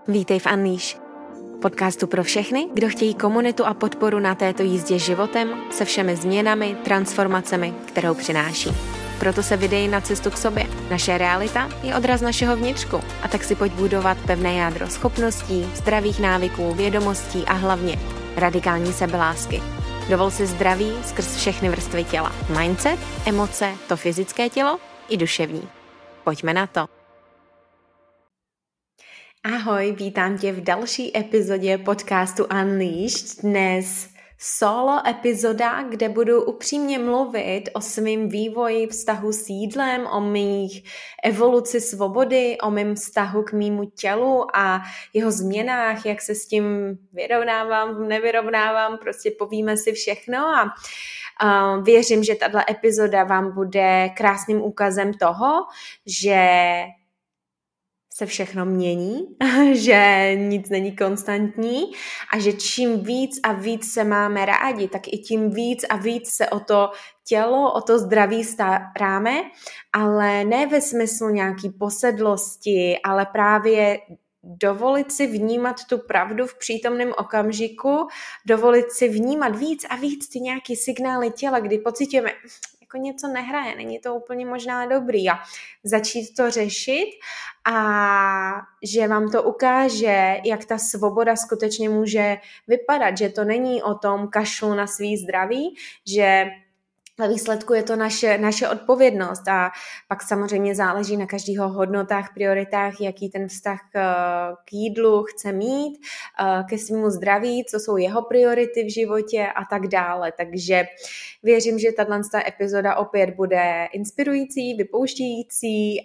Vítej v Unleash, podcastu pro všechny, kdo chtějí komunitu a podporu na této jízdě životem se všemi změnami, transformacemi, kterou přináší. Proto se vydej na cestu k sobě. Naše realita je odraz našeho vnitřku a tak si pojď budovat pevné jádro schopností, zdravých návyků, vědomostí a hlavně radikální sebelásky. Dovol si zdraví skrz všechny vrstvy těla. Mindset, emoce, to fyzické tělo i duševní. Pojďme na to. Ahoj, vítám tě v další epizodě podcastu Unleashed. Dnes solo epizoda, kde budu upřímně mluvit o svém vývoji vztahu s jídlem, o mých evoluci svobody, o mém vztahu k mému tělu a jeho změnách, jak se s tím vyrovnávám, nevyrovnávám, prostě povíme si všechno a věřím, že tato epizoda vám bude krásným úkazem toho, že se všechno mění, že nic není konstantní a že čím víc a víc se máme rádi, tak i tím víc a víc se o to tělo, o to zdraví staráme, ale ne ve smyslu nějaký posedlosti, ale právě dovolit si vnímat tu pravdu v přítomném okamžiku, dovolit si vnímat víc a víc ty nějaký signály těla, kdy pocitujeme, jako něco nehraje, není to úplně možná dobrý a začít to řešit a že vám to ukáže, jak ta svoboda skutečně může vypadat, že to není o tom kašlu na svý zdraví, že ve výsledku je to naše odpovědnost a pak samozřejmě záleží na každého hodnotách, prioritách, jaký ten vztah k jídlu chce mít, ke svému zdraví, co jsou jeho priority v životě a tak dále. Takže věřím, že tato epizoda opět bude inspirující, vypouštějící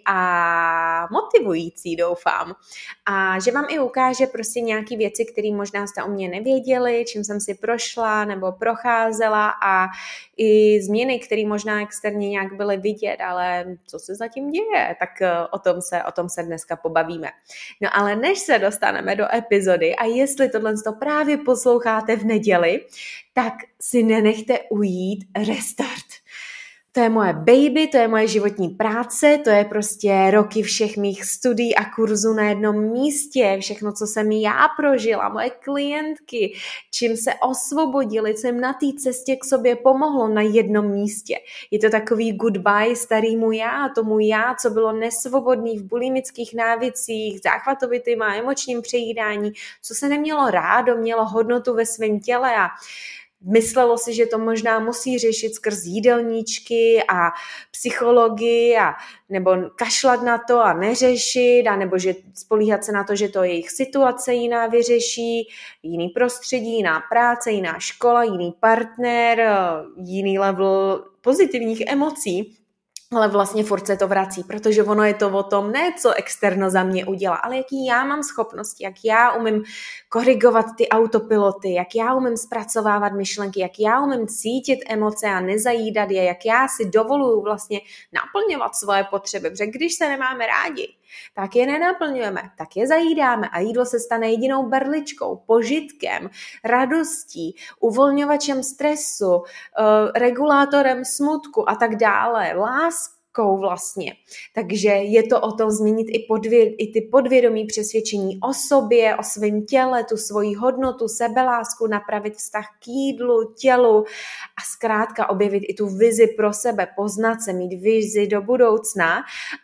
a motivující, doufám. A že vám i ukáže prostě nějaké věci, které možná jste o mě nevěděli, čím jsem si prošla nebo procházela a i změny, které možná externě nějak byly vidět, ale co se zatím děje, tak o tom se dneska pobavíme. No ale než se dostaneme do epizody a jestli tohle právě posloucháte v neděli, tak si nenechte ujít restart. To je moje baby, to je moje životní práce, to je prostě roky všech mých studií a kurzů na jednom místě, všechno, co jsem já prožila, moje klientky, čím se osvobodili, co jim na té cestě k sobě pomohlo na jednom místě. Je to takový goodbye starýmu já, tomu já, co bylo nesvobodný v bulimických návicích, záchvatovitým a emočním přejídání, co se nemělo rádo, mělo hodnotu ve svém těle a myslelo si, že to možná musí řešit skrz jídelníčky a psychologii a nebo kašlat na to a neřešit, a nebo že spolíhat se na to, že to jejich situace jiná vyřeší, jiný prostředí, jiná práce, jiná škola, jiný partner, jiný level pozitivních emocí. Ale vlastně furt se to vrací, protože ono je to o tom, ne co externo za mě udělá, ale jaký já mám schopnosti, jak já umím korigovat ty autopiloty, jak já umím zpracovávat myšlenky, jak já umím cítit emoce a nezajídat je, jak já si dovoluju vlastně naplňovat svoje potřeby, protože když se nemáme rádi, tak je nenaplňujeme, tak je zajídáme a jídlo se stane jedinou berličkou, požitkem, radostí, uvolňovačem stresu, regulátorem smutku a tak dále, láskou vlastně. Takže je to o tom změnit i ty podvědomí přesvědčení o sobě, o svém těle, tu svoji hodnotu, sebelásku, napravit vztah k jídlu, tělu a zkrátka objevit i tu vizi pro sebe, poznat se, mít vizi do budoucna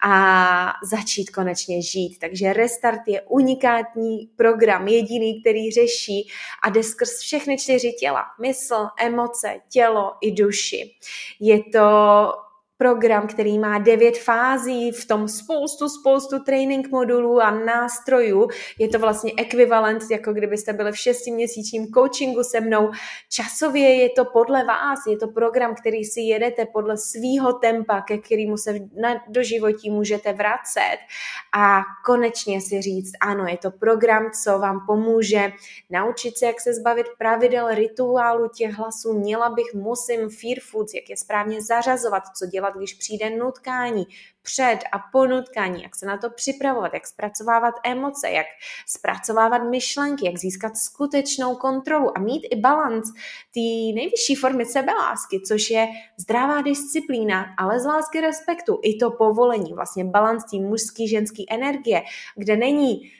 a začít konečně žít. Takže Restart je unikátní program, jediný, který řeší a jde skrz všechny 4 těla. Mysl, emoce, tělo i duši. Je to program, který má 9 fází, v tom spoustu trénink modulů a nástrojů. Je to vlastně ekvivalent, jako kdybyste byli v 6měsíčním coachingu se mnou. Časově je to podle vás, je to program, který si jedete podle svýho tempa, ke kterému se do životí můžete vracet a konečně si říct, ano, je to program, co vám pomůže naučit se, jak se zbavit pravidel, rituálu těch hlasů, měla bych, musím, fear foods, jak je správně zařazovat, co dělat, když přijde nutkání, před a po nutkání, jak se na to připravovat, jak zpracovávat emoce, jak zpracovávat myšlenky, jak získat skutečnou kontrolu a mít i balanc té nejvyšší formy sebelásky, což je zdravá disciplína, ale z lásky respektu. I to povolení, vlastně balanc té mužský, ženský energie, kde není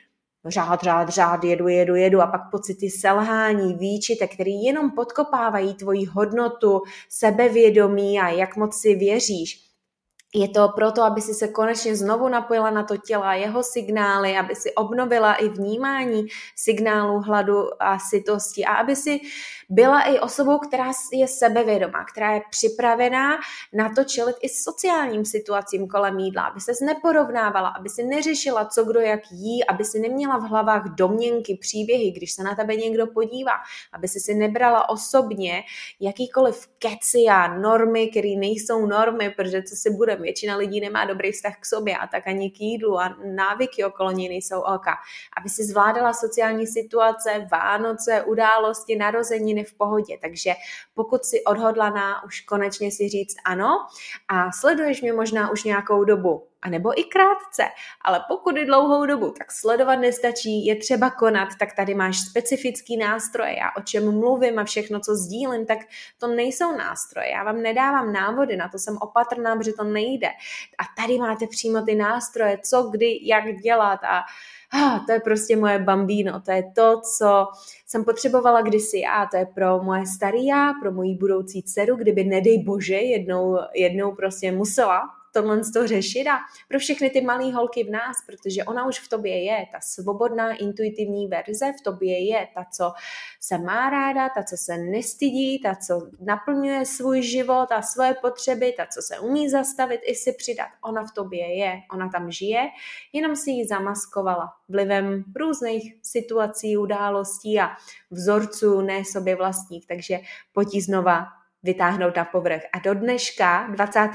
řád, jedu a pak pocity selhání, výčitek, který jenom podkopávají tvoji hodnotu, sebevědomí a jak moc si věříš. Je to proto, aby si se konečně znovu napojila na to tělo a jeho signály, aby si obnovila i vnímání signálů hladu a sytosti a aby si byla i osobou, která je sebevědomá, která je připravená na to čelit i sociálním situacím kolem jídla, aby se neporovnávala, aby si neřešila, co kdo jak jí, aby si neměla v hlavách domněnky, příběhy, když se na tebe někdo podívá, aby si nebrala osobně jakýkoliv keci a normy, které nejsou normy, protože co si budeme, většina lidí nemá dobrý vztah k sobě a tak ani k jídlu a návyky okolo něj nejsou ok. Aby si zvládala sociální situace, Vánoce, události, narozeniny v pohodě. Takže pokud si odhodlaná už konečně si říct ano a sleduješ mě možná už nějakou dobu, anebo i krátce, ale pokud je dlouhou dobu, tak sledovat nestačí, je třeba konat, tak tady máš specifický nástroje. Já o čem mluvím a všechno, co sdílím, tak to nejsou nástroje. Já vám nedávám návody, na to jsem opatrná, protože to nejde. A tady máte přímo ty nástroje, co, kdy, jak dělat a to je prostě moje bambíno, to je to, co jsem potřebovala kdysi já, to je pro moje starý já, pro moji budoucí dceru, kdyby nedej bože jednou prostě musela tohle z toho řešit a pro všechny ty malé holky v nás, protože ona už v tobě je, ta svobodná, intuitivní verze v tobě je, ta, co se má ráda, ta, co se nestydí, ta, co naplňuje svůj život a svoje potřeby, ta, co se umí zastavit i si přidat. Ona v tobě je, ona tam žije, jenom si ji zamaskovala vlivem různých situací, událostí a vzorců ne sobě vlastních, takže pojď ji znova vytáhnout na povrch. A do dneška,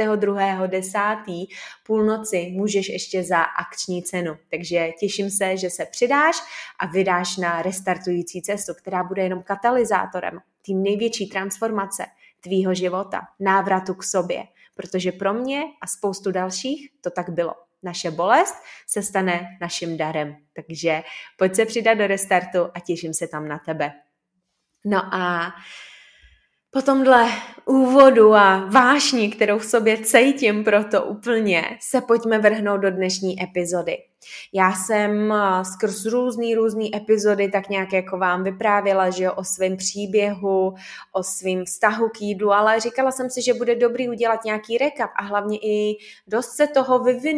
22.10. půlnoci, můžeš ještě za akční cenu. Takže těším se, že se přidáš a vydáš na restartující cestu, která bude jenom katalyzátorem té největší transformace tvýho života, návratu k sobě. Protože pro mě a spoustu dalších to tak bylo. Naše bolest se stane naším darem. Takže pojď se přidat do restartu a těším se tam na tebe. No a po tomhle úvodu a vášni, kterou v sobě cítím proto úplně, se pojďme vrhnout do dnešní epizody. Já jsem skrz různý epizody tak nějak jako vám vyprávěla, že o svém příběhu, o svém vztahu k jídlu, ale říkala jsem si, že bude dobrý udělat nějaký recap a hlavně i dost se toho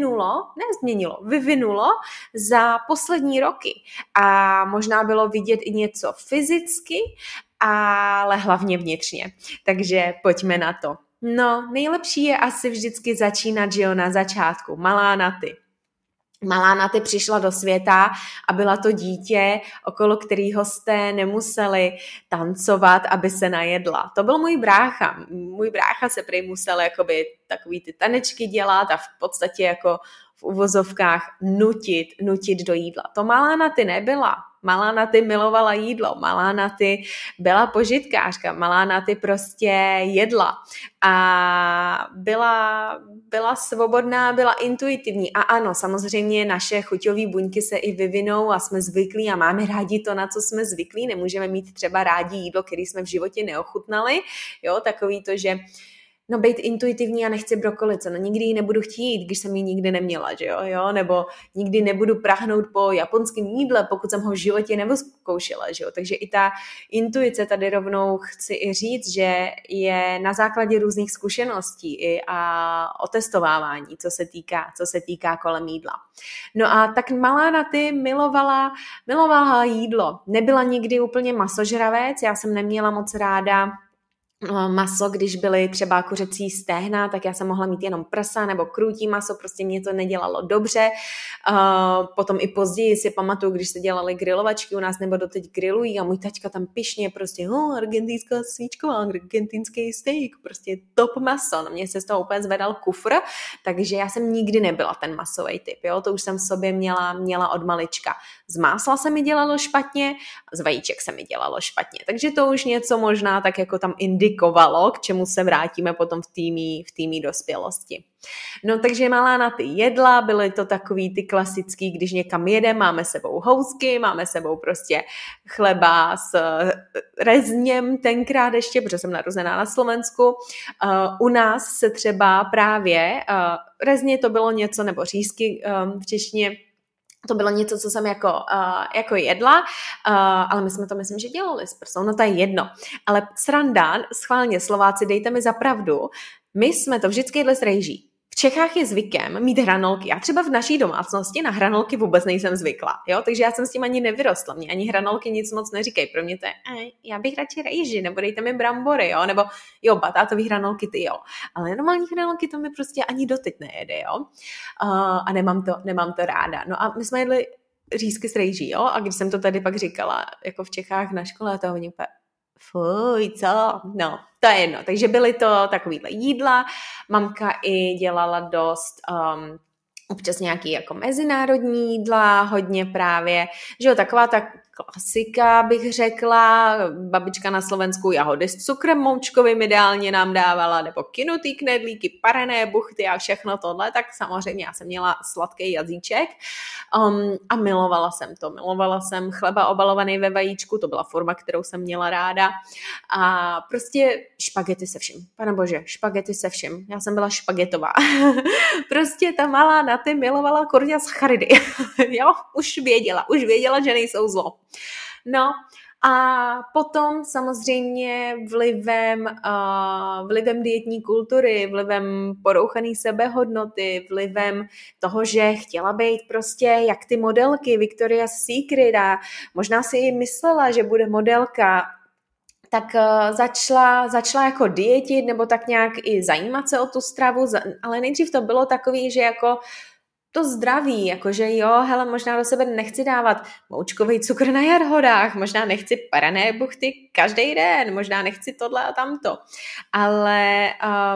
vyvinulo za poslední roky. A možná bylo vidět i něco fyzicky, ale hlavně vnitřně. Takže pojďme na to. No, nejlepší je asi vždycky začínat, že jo, na začátku. Malá Naty přišla do světa a byla to dítě, okolo kterého jste nemuseli tancovat, aby se najedla. To byl můj brácha. Můj brácha se prý musel jakoby takový ty tanečky dělat a v podstatě jako v uvozovkách nutit do jídla. To malá Naty nebyla. Malá Naty milovala jídlo, malá Naty byla požitkářka, malá Naty prostě jedla a byla svobodná, byla intuitivní a ano, samozřejmě naše chuťové buňky se i vyvinou a jsme zvyklí a máme rádi to, na co jsme zvyklí, nemůžeme mít třeba rádi jídlo, které jsme v životě neochutnali, jo, takový to, že no být intuitivní a nechci brokolice, no nikdy ji nebudu chtít, když jsem ji nikdy neměla, že jo, nebo nikdy nebudu prahnout po japonském jídle, pokud jsem ho v životě nezkoušela, že jo, takže i ta intuice tady rovnou chci i říct, že je na základě různých zkušeností a otestovávání, co se týká kolem jídla. No a tak malá Naty milovala jídlo, nebyla nikdy úplně masožravec, já jsem neměla moc ráda maso, když byly třeba kuřecí stehna, tak já jsem mohla mít jenom prsa nebo krůtí maso, prostě mě to nedělalo dobře. Potom i později si pamatuju, když se dělaly grilovačky u nás, nebo doteď grillují a můj taťka tam pyšně prostě argentinská svíčková, argentinský steak, prostě top maso. Na mě se z toho úplně zvedal kufr, takže já jsem nikdy nebyla ten masový typ, jo? To už jsem v sobě měla od malička. Z másla se mi dělalo špatně, z vajíček se mi dělalo špatně, takže to už něco možná tak jako tam indikovalo, k čemu se vrátíme potom v týmí dospělosti. No takže malá Naty jedla, byly to takový ty klasický, když někam jedeme, máme sebou housky, máme sebou prostě chleba s rezněm tenkrát ještě, protože jsem narozená na Slovensku. U nás se třeba právě rezně to bylo něco, nebo řízky v češtině, to bylo něco, co jsem jako jedla, ale my jsme to, myslím, že dělali s prsou, no to je jedno. Ale sranda, schválně Slováci, dejte mi za pravdu, my jsme to vždycky jedli s rejží. V Čechách je zvykem mít hranolky. Já třeba v naší domácnosti na hranolky vůbec nejsem zvykla, jo? Takže já jsem s tím ani nevyrostla. Mě ani hranolky nic moc neříkají. Pro mě to je, já bych radši rejži, nebo dejte mi brambory, jo? Nebo jo, batátový hranolky ty, jo. Ale normální hranolky to mi prostě ani doteď nejede, jo. A nemám to ráda. No a my jsme jedli řízky s rejží, jo. A když jsem to tady pak říkala, jako v Čechách na škole, to oni fuj, co? No, to je jedno. Takže byly to takovýhle jídla. Mamka i dělala dost občas nějaký jako mezinárodní jídla, hodně právě, že jo, taková ta klasika, bych řekla, babička na Slovensku jahody s cukrem moučkovým ideálně nám dávala, nebo kynutý knedlíky, parené buchty a všechno tohle, tak samozřejmě já jsem měla sladký jazyček a milovala jsem chleba obalovaný ve vajíčku, to byla forma, kterou jsem měla ráda a prostě špagety se vším, panebože, špagety se vším, já jsem byla špagetová, prostě ta malá Naty milovala kurňa sacharidy, jo, už věděla, že nejsou zlo. No a potom samozřejmě vlivem dietní kultury, vlivem porouchaný sebehodnoty, vlivem toho, že chtěla být prostě jak ty modelky Victoria's Secret a možná si i myslela, že bude modelka, tak začala jako dietit nebo tak nějak i zajímat se o tu stravu, ale nejdřív to bylo takový, že jako to zdraví, jakože jo, hele, možná do sebe nechci dávat moučkový cukr na jarhodách, možná nechci parané buchty každý den, možná nechci tohle a tamto, ale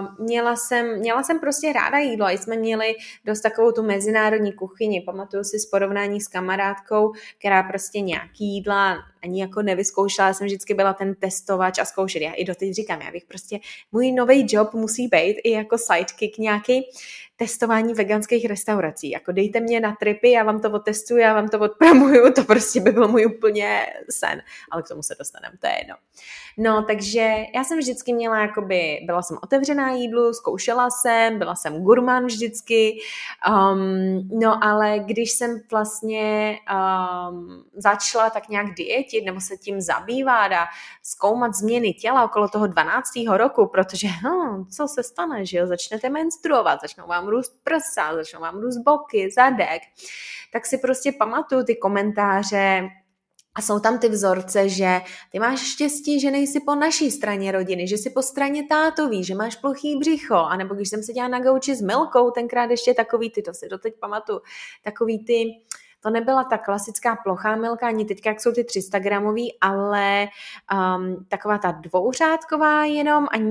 měla jsem prostě ráda jídlo a jsme měli dost takovou tu mezinárodní kuchyni, pamatuju si z porovnání s kamarádkou, která prostě nějaký jídla ani jako nevyzkoušela, já jsem vždycky byla ten testovač a zkoušet, já i doteď říkám, já bych prostě, můj nový job musí být i jako sidekick nějaký testování veganských restaurací. Jako dejte mě na tripy, já vám to otestuju, já vám to odpramuju, to prostě by byl můj úplně sen. Ale k tomu se dostaneme, to je jedno. No, takže já jsem vždycky měla, byla jsem otevřená jídlu, zkoušela jsem, byla jsem gurmán vždycky, no ale když jsem vlastně začala tak nějak dietit, nebo se tím zabývat a zkoumat změny těla okolo toho 12. roku, protože co se stane, že jo, začnete menstruovat, začnou vám růst prsa, začnou vám růst boky, zadek, tak si prostě pamatuju ty komentáře a jsou tam ty vzorce, že ty máš štěstí, že nejsi po naší straně rodiny, že jsi po straně tátový, že máš plochý břicho, anebo když jsem seděla na gauči s Milkou, tenkrát ještě takový ty, to si doteď pamatuju, takový ty, to nebyla ta klasická plochá Milka, ani teďka, jak jsou ty 300 gramový, ale taková ta dvouřádková jenom a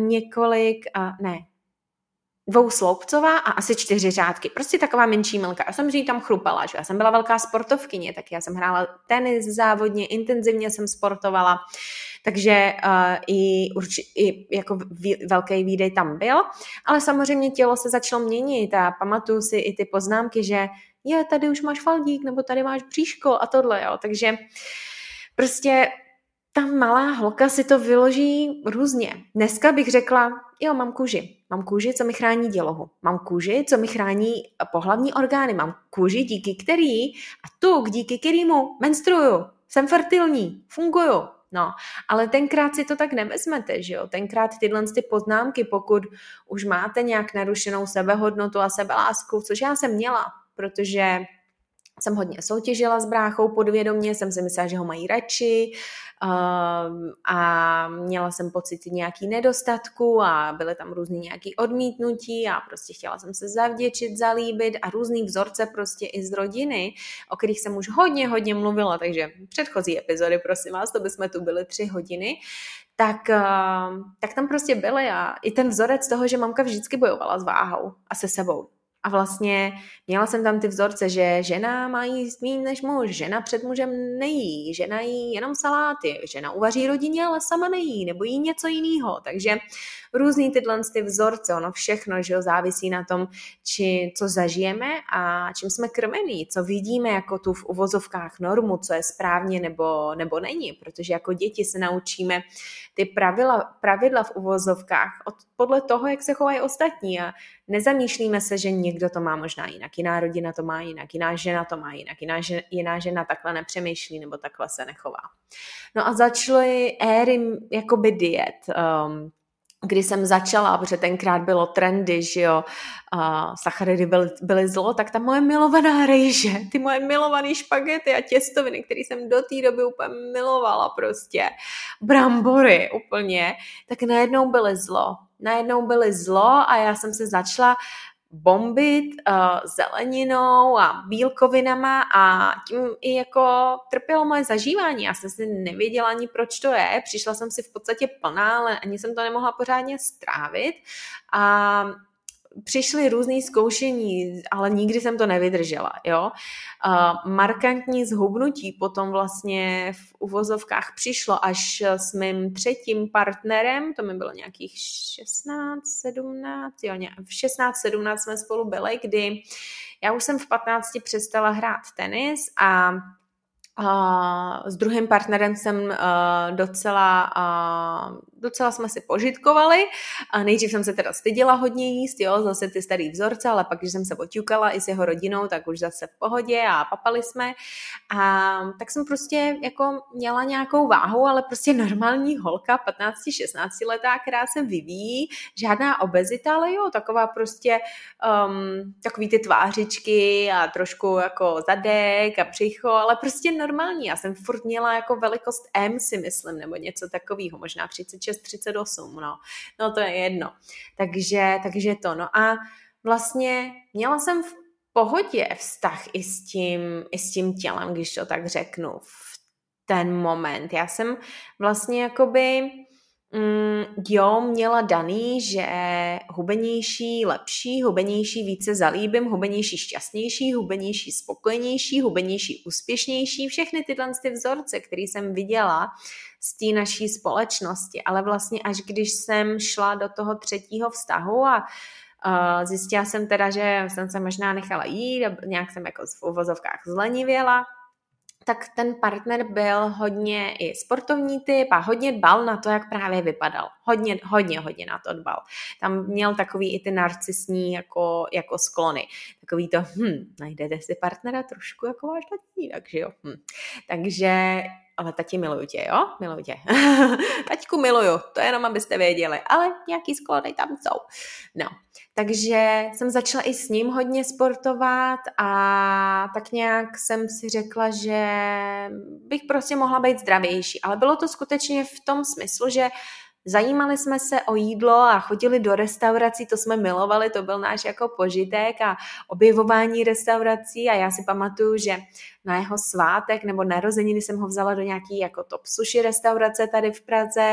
dvousloupcová a asi 4 řádky. Prostě taková menší Milka. Já jsem tam chrupala, že? Já jsem byla velká sportovkyně, tak já jsem hrála tenis závodně, intenzivně jsem sportovala, takže i jako velký výdej tam byl, ale samozřejmě tělo se začalo měnit a pamatuju si i ty poznámky, že tady už máš faldík, nebo tady máš bříško a tohle, jo. Takže prostě ta malá holka si to vyloží různě. Dneska bych řekla, jo, mám kůži, co mi chrání dělohu. Mám kůži, co mi chrání pohlavní orgány. Mám kůži, díky kterému menstruuju. Jsem fertilní, funguju. No, ale tenkrát si to tak nevezmete, že jo? Tenkrát tyhle ty poznámky, pokud už máte nějak narušenou sebehodnotu a sebelásku, což já jsem měla, protože jsem hodně soutěžila s bráchou podvědomě, jsem si myslela, že ho mají radši a měla jsem pocity nějaký nedostatku a byly tam různý nějaký odmítnutí a prostě chtěla jsem se zavděčit, zalíbit a různý vzorce prostě i z rodiny, o kterých jsem už hodně mluvila, takže předchozí epizody, prosím vás, to bychom tu byli 3 hodiny, tak tam prostě byly a i ten vzorec toho, že mamka vždycky bojovala s váhou a se sebou. A vlastně měla jsem tam ty vzorce, že žena má jíst méně než muž, žena před mužem nejí, žena jí jenom saláty, žena uvaří rodině, ale sama nejí, nebo jí něco jiného. Takže různý tyhle ty vzorce, ono všechno, že jo, závisí na tom, co zažijeme a čím jsme krmení, co vidíme jako tu v uvozovkách normu, co je správně nebo není, protože jako děti se naučíme ty pravidla v uvozovkách podle toho, jak se chovají ostatní a nezamýšlíme se, že někdo to má možná jinak, jiná rodina to má jinak, jiná žena to má jinak, jiná žena takhle nepřemýšlí nebo takhle se nechová. No a začaly éry jakoby diet, kdy jsem začala, protože tenkrát bylo trendy, že jo, sacharidy byly zlo, tak ta moje milovaná rejže, ty moje milované špagety a těstoviny, které jsem do té doby úplně milovala prostě, brambory úplně, tak najednou byly zlo a já jsem se začala bombit zeleninou a bílkovinama a tím i jako trpělo moje zažívání. Já jsem si nevěděla ani, proč to je. Přišla jsem si v podstatě plná, ale ani jsem to nemohla pořádně strávit a přišly různý zkoušení, ale nikdy jsem to nevydržela, jo. Markantní zhubnutí potom vlastně v uvozovkách přišlo až s mým třetím partnerem, to mi bylo nějakých 16-17 jsme spolu byli, kdy já už jsem v 15 přestala hrát tenis a s druhým partnerem jsem docela jsme si požitkovali. Nejdřív jsem se teda styděla hodně jíst, jo, zase ty starý vzorce, ale pak, když jsem se oťukala i s jeho rodinou, tak už zase v pohodě a papali jsme. A tak jsem prostě jako měla nějakou váhu, ale prostě normální holka, 15-16 letá, která se vyvíjí, žádná obezita, ale jo, taková prostě takový ty tvářičky a trošku jako zadek a břicho, ale prostě normální. Já jsem furt měla jako velikost M, si myslím, nebo něco takového, možná 36-38, no to je jedno. Takže to, no a vlastně měla jsem v pohodě vztah i s tím tělem, když to tak řeknu, v ten moment. Já jsem vlastně jakoby měla daný, že hubenější lepší, hubenější více zalíbím, hubenější šťastnější, hubenější spokojenější, hubenější úspěšnější, všechny tyhle vzorce, které jsem viděla z té naší společnosti, ale vlastně až když jsem šla do toho třetího vztahu a zjistila jsem teda, že jsem se možná nechala jít a nějak jsem jako v uvozovkách zlenivěla, tak ten partner byl hodně i sportovní typ a hodně dbal na to, jak právě vypadal. Hodně na to dbal. Tam měl takový i ty narcisní jako sklony. Takový to, najdete si partnera trošku jako váš tatínek, že jo? Takže, ale tati miluju tě, jo? Miluju tě. Taťku miluju, to jenom abyste věděli, ale nějaký sklony tam jsou. No, takže jsem začala i s ním hodně sportovat a tak nějak jsem si řekla, že bych prostě mohla být zdravější, ale bylo to skutečně v tom smyslu, že zajímali jsme se o jídlo a chodili do restaurací, to jsme milovali, to byl náš jako požitek a objevování restaurací a já si pamatuju, že na jeho svátek nebo narozeniny jsem ho vzala do nějaký jako top sushi restaurace tady v Praze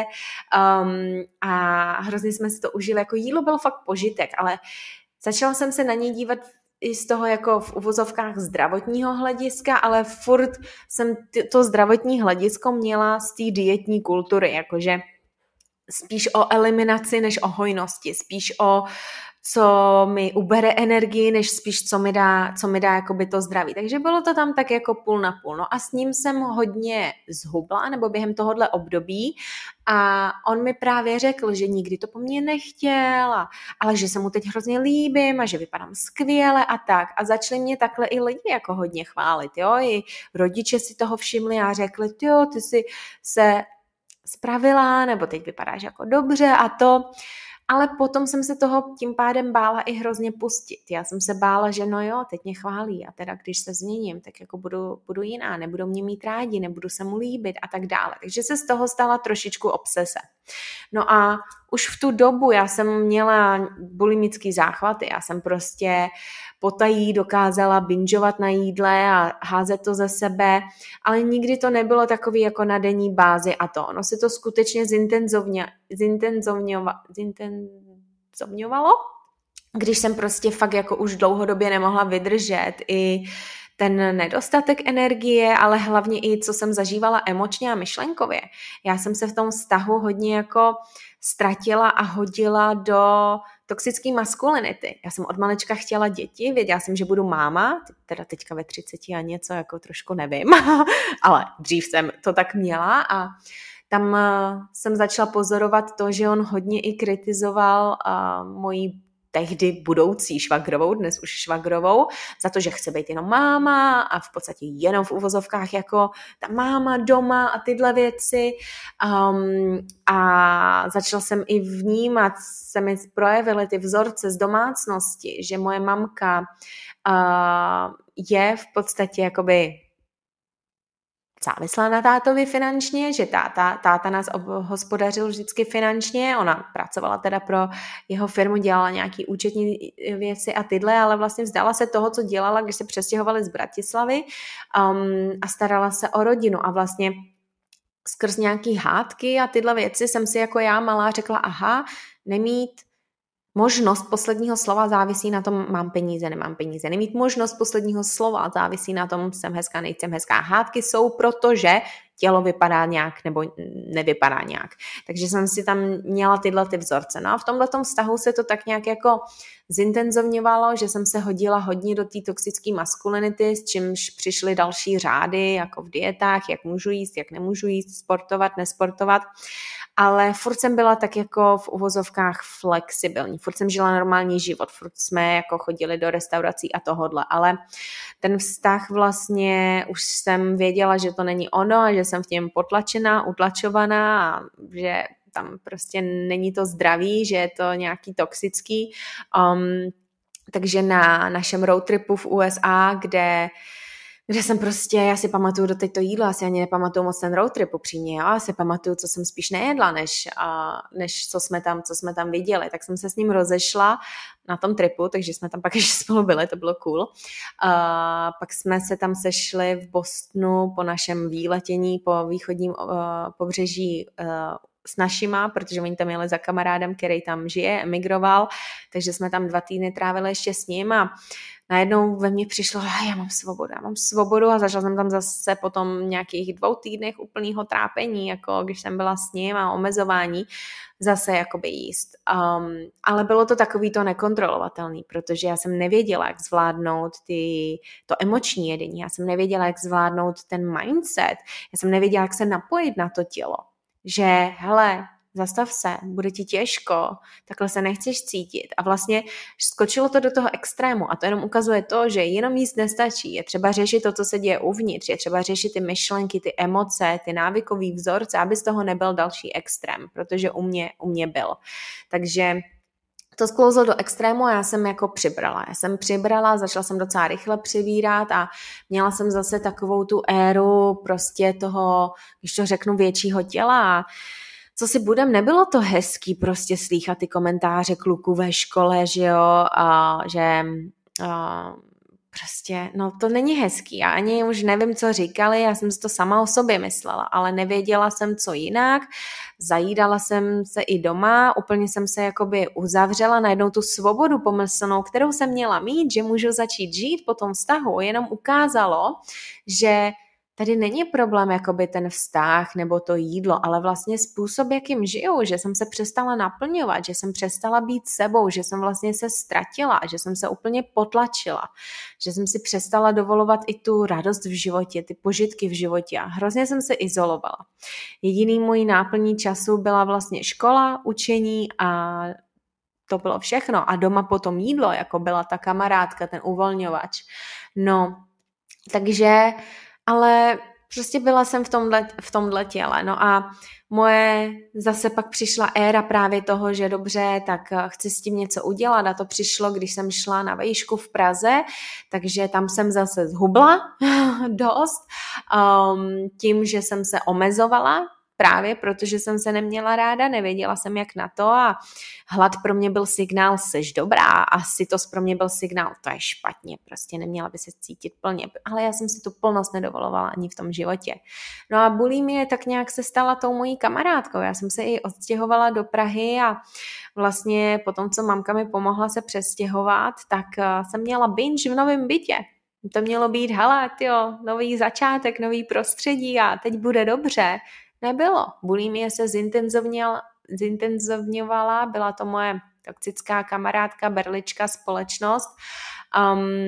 a hrozně jsme si to užili, jako jídlo bylo fakt požitek, ale začala jsem se na něj dívat i z toho jako v uvozovkách zdravotního hlediska, ale furt jsem to zdravotní hledisko měla z té dietní kultury, jakože spíš o eliminaci, než o hojnosti, spíš o co mi ubere energii, než spíš co mi dá jakoby to zdraví. Takže bylo to tam tak jako půl na půl. No a s ním jsem hodně zhubla, nebo během tohohle období a on mi právě řekl, že nikdy to po mně nechtěl, ale že se mu teď hrozně líbím a že vypadám skvěle a tak. A začali mě takhle i lidi jako hodně chválit, jo. I rodiče si toho všimli a řekli, jo, ty si se spravila, nebo teď vypadáš jako dobře a to, ale potom jsem se toho tím pádem bála i hrozně pustit. Já jsem se bála, že no jo, teď mě chválí a teda když se změním, tak jako budu jiná, nebudou mě mít rádi, nebudu se mu líbit a tak dále. Takže se z toho stala trošičku obsese. No a už v tu dobu já jsem měla bulimický záchvaty, já jsem prostě potají dokázala bingeovat na jídle a házet to ze sebe, ale nikdy to nebylo takový jako na denní bázi a to. Ono se to skutečně zintenzovňovalo, když jsem prostě fakt jako už dlouhodobě nemohla vydržet i ten nedostatek energie, ale hlavně i co jsem zažívala emočně a myšlenkově. Já jsem se v tom vztahu hodně jako ztratila a hodila do toxické maskulinity. Já jsem od malička chtěla děti, věděla jsem, že budu máma, teda teďka ve 30 a něco, jako trošku nevím, ale dřív jsem to tak měla a tam jsem začala pozorovat to, že on hodně i kritizoval moji tehdy budoucí švagrovou, dnes už švagrovou, za to, že chce být jenom máma a v podstatě jenom v uvozovkách jako ta máma doma a tyhle věci. A začala jsem i vnímat, se mi projevily ty vzorce z domácnosti, že moje mamka je v podstatě jakoby závislá na tátovi finančně, že táta nás hospodařil vždycky finančně, ona pracovala teda pro jeho firmu, dělala nějaký účetní věci a tyhle, ale vlastně vzdala se toho, co dělala, když se přestěhovali z Bratislavy a starala se o rodinu a vlastně skrz nějaký hádky a tyhle věci jsem si jako já malá řekla, aha, nemít možnost posledního slova závisí na tom, mám peníze, nemám peníze. Nemít možnost posledního slova závisí na tom, jsem hezká, nejsem hezká. Hádky jsou, protože tělo vypadá nějak nebo nevypadá nějak. Takže jsem si tam měla tyhle ty vzorce. No a v tomhletom vztahu se to tak nějak jako zintenzovňovalo, že jsem se hodila hodně do té toxické maskulinity, s čímž přišly další řády, jako v dietách, jak můžu jíst, jak nemůžu jíst, sportovat, nesportovat. Ale furt jsem byla tak jako v uvozovkách flexibilní. Furt jsem žila normální život, furt jsme jako chodili do restaurací a tohodle, ale ten vztah vlastně už jsem věděla, že to není ono a že jsem v něm potlačená, utlačovaná a že tam prostě není to zdravý, že je to nějaký toxický. Takže na našem roadtripu v USA, kde jsem prostě, já si pamatuju doteď to jídlo, asi ani nepamatuju moc ten roadtrip upřímně, jo? Já si pamatuju, co jsem spíš nejedla, než co jsme tam viděli, tak jsem se s ním rozešla na tom tripu, takže jsme tam pak ještě spolu byli, to bylo cool. Pak jsme se tam sešli v Bostonu po našem výletění po východním pobřeží s našima, protože oni tam jeli za kamarádem, který tam žije, emigroval, takže jsme tam 2 týdny trávili ještě s ním a najednou ve mně přišlo, já mám svobodu a začala jsem tam zase potom nějakých 2 týdnech úplného trápení, jako když jsem byla s ním a omezování, zase jakoby jíst. Ale bylo to takový to nekontrolovatelný, protože já jsem nevěděla, jak zvládnout to emoční jedení, já jsem nevěděla, jak zvládnout ten mindset, já jsem nevěděla, jak se napojit na to tělo, že hele, zastav se, bude ti těžko, takhle se nechceš cítit. A vlastně skočilo to do toho extrému a to jenom ukazuje to, že jenom jíst nestačí. Je třeba řešit to, co se děje uvnitř, je třeba řešit ty myšlenky, ty emoce, ty návykový vzorce, aby z toho nebyl další extrém, protože u mě byl. Takže to sklouzlo do extrému a já jsem jako přibrala. Začala jsem docela rychle přibírat a měla jsem zase takovou tu éru prostě toho, když to řeknu, většího těla. Co si budem, nebylo to hezký prostě slýchat ty komentáře kluků ve škole, že jo, prostě, no to není hezký. Já ani už nevím, co říkali, já jsem si to sama o sobě myslela, ale nevěděla jsem, co jinak. Zajídala jsem se i doma, úplně jsem se jakoby uzavřela, najednou tu svobodu pomyslnou, kterou jsem měla mít, že můžu začít žít po tom vztahu, jenom ukázalo, že tady není problém jakoby ten vztah nebo to jídlo, ale vlastně způsob, jakým žiju, že jsem se přestala naplňovat, že jsem přestala být sebou, že jsem vlastně se ztratila, že jsem se úplně potlačila, že jsem si přestala dovolovat i tu radost v životě, ty požitky v životě a hrozně jsem se izolovala. Jediný můj náplní času byla vlastně škola, učení a to bylo všechno. A doma potom jídlo, jako byla ta kamarádka, ten uvolňovač. No, takže ale prostě byla jsem v tomhle těle. No a zase pak přišla éra právě toho, že dobře, tak chci s tím něco udělat a to přišlo, když jsem šla na vejšku v Praze, takže tam jsem zase zhubla dost tím, že jsem se omezovala, právě protože jsem se neměla ráda, nevěděla jsem jak na to a hlad pro mě byl signál, seš dobrá a sytost pro mě byl signál, to je špatně, prostě neměla by se cítit plně, ale já jsem si tu plnost nedovolovala ani v tom životě. No a bulimie tak nějak se stala tou mojí kamarádkou, já jsem se i odstěhovala do Prahy a vlastně potom, co mamka mi pomohla se přestěhovat, tak jsem měla binge v novém bytě. To mělo být, hele, tyjo, nový začátek, nový prostředí a teď bude dobře. Nebylo. Bulimie se zintenzovňovala, byla to moje toxická kamarádka, berlička, společnost.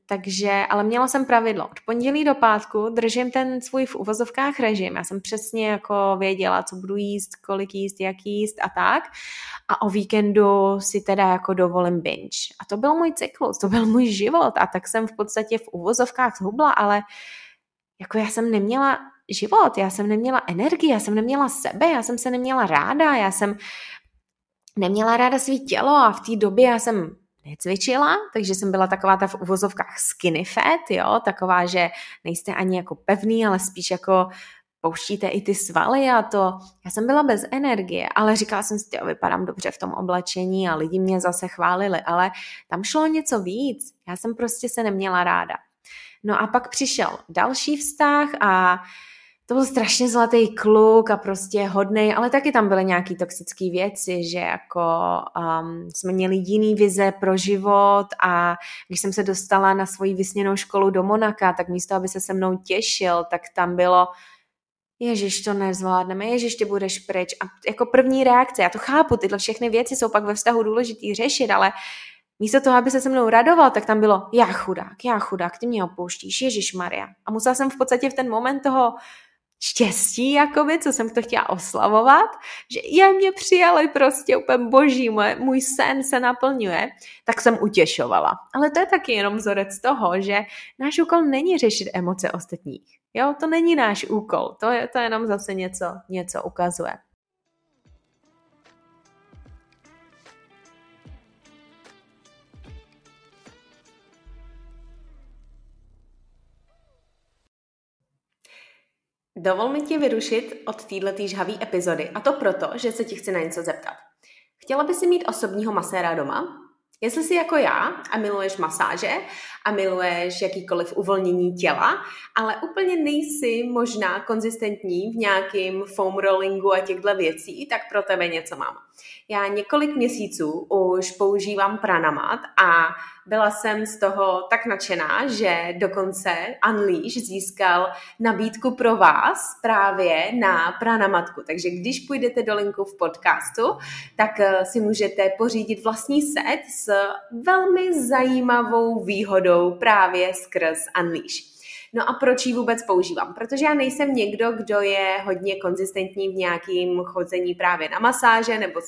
Takže, ale měla jsem pravidlo. Od pondělí do pátku držím ten svůj v uvozovkách režim. Já jsem přesně jako věděla, co budu jíst, kolik jíst, jak jíst a tak. A o víkendu si teda jako dovolím binge. A to byl můj cyklus, to byl můj život. A tak jsem v podstatě v uvozovkách zhubla, ale jako já jsem neměla život, já jsem neměla energii, já jsem neměla sebe, já jsem se neměla ráda, já jsem neměla ráda svý tělo a v té době já jsem necvičila, takže jsem byla taková ta v uvozovkách skinny fat, jo, taková, že nejste ani jako pevný, ale spíš jako pouštíte i ty svaly a to. Já jsem byla bez energie, ale říkala jsem si, vypadám dobře v tom oblečení a lidi mě zase chválili, ale tam šlo něco víc. Já jsem prostě se neměla ráda. No a pak přišel další vztah a to byl strašně zlatý kluk a prostě hodnej, ale taky tam byly nějaký toxické věci, že jako jsme měli jiný vize pro život a když jsem se dostala na svoji vysněnou školu do Monaka, tak místo, aby se mnou těšil, tak tam bylo Ježiš, to nezvládneme, Ježiš, ty budeš pryč. A jako první reakce, já to chápu, tyhle všechny věci jsou pak ve vztahu důležitý řešit, ale místo toho, aby se mnou radoval, tak tam bylo já chudák, ty mě opouštíš, Ježišmarja. A musela jsem v podstatě v ten moment toho štěstí, jakoby, co jsem to chtěla oslavovat, že mě přijali prostě úplně boží, můj sen se naplňuje, tak jsem utěšovala. Ale to je taky jenom vzorec toho, že náš úkol není řešit emoce ostatních. Jo, to není náš úkol, to jenom zase něco ukazuje. Dovol mi tě vyrušit od této žhavé epizody a to proto, že se ti chci na něco zeptat. Chtěla by si mít osobního maséra doma? Jestli jsi jako já a miluješ masáže a miluješ jakýkoliv uvolnění těla, ale úplně nejsi možná konzistentní v nějakým foam rollingu a těchto věcí, tak pro tebe něco mám. Já několik měsíců už používám Pranamat a byla jsem z toho tak nadšená, že dokonce Unleash získal nabídku pro vás právě na Pranamatku. Takže když půjdete do linku v podcastu, tak si můžete pořídit vlastní set s velmi zajímavou výhodou právě skrz Unleash. No a proč ji vůbec používám? Protože já nejsem někdo, kdo je hodně konzistentní v nějakým chodzení právě na masáže, nebo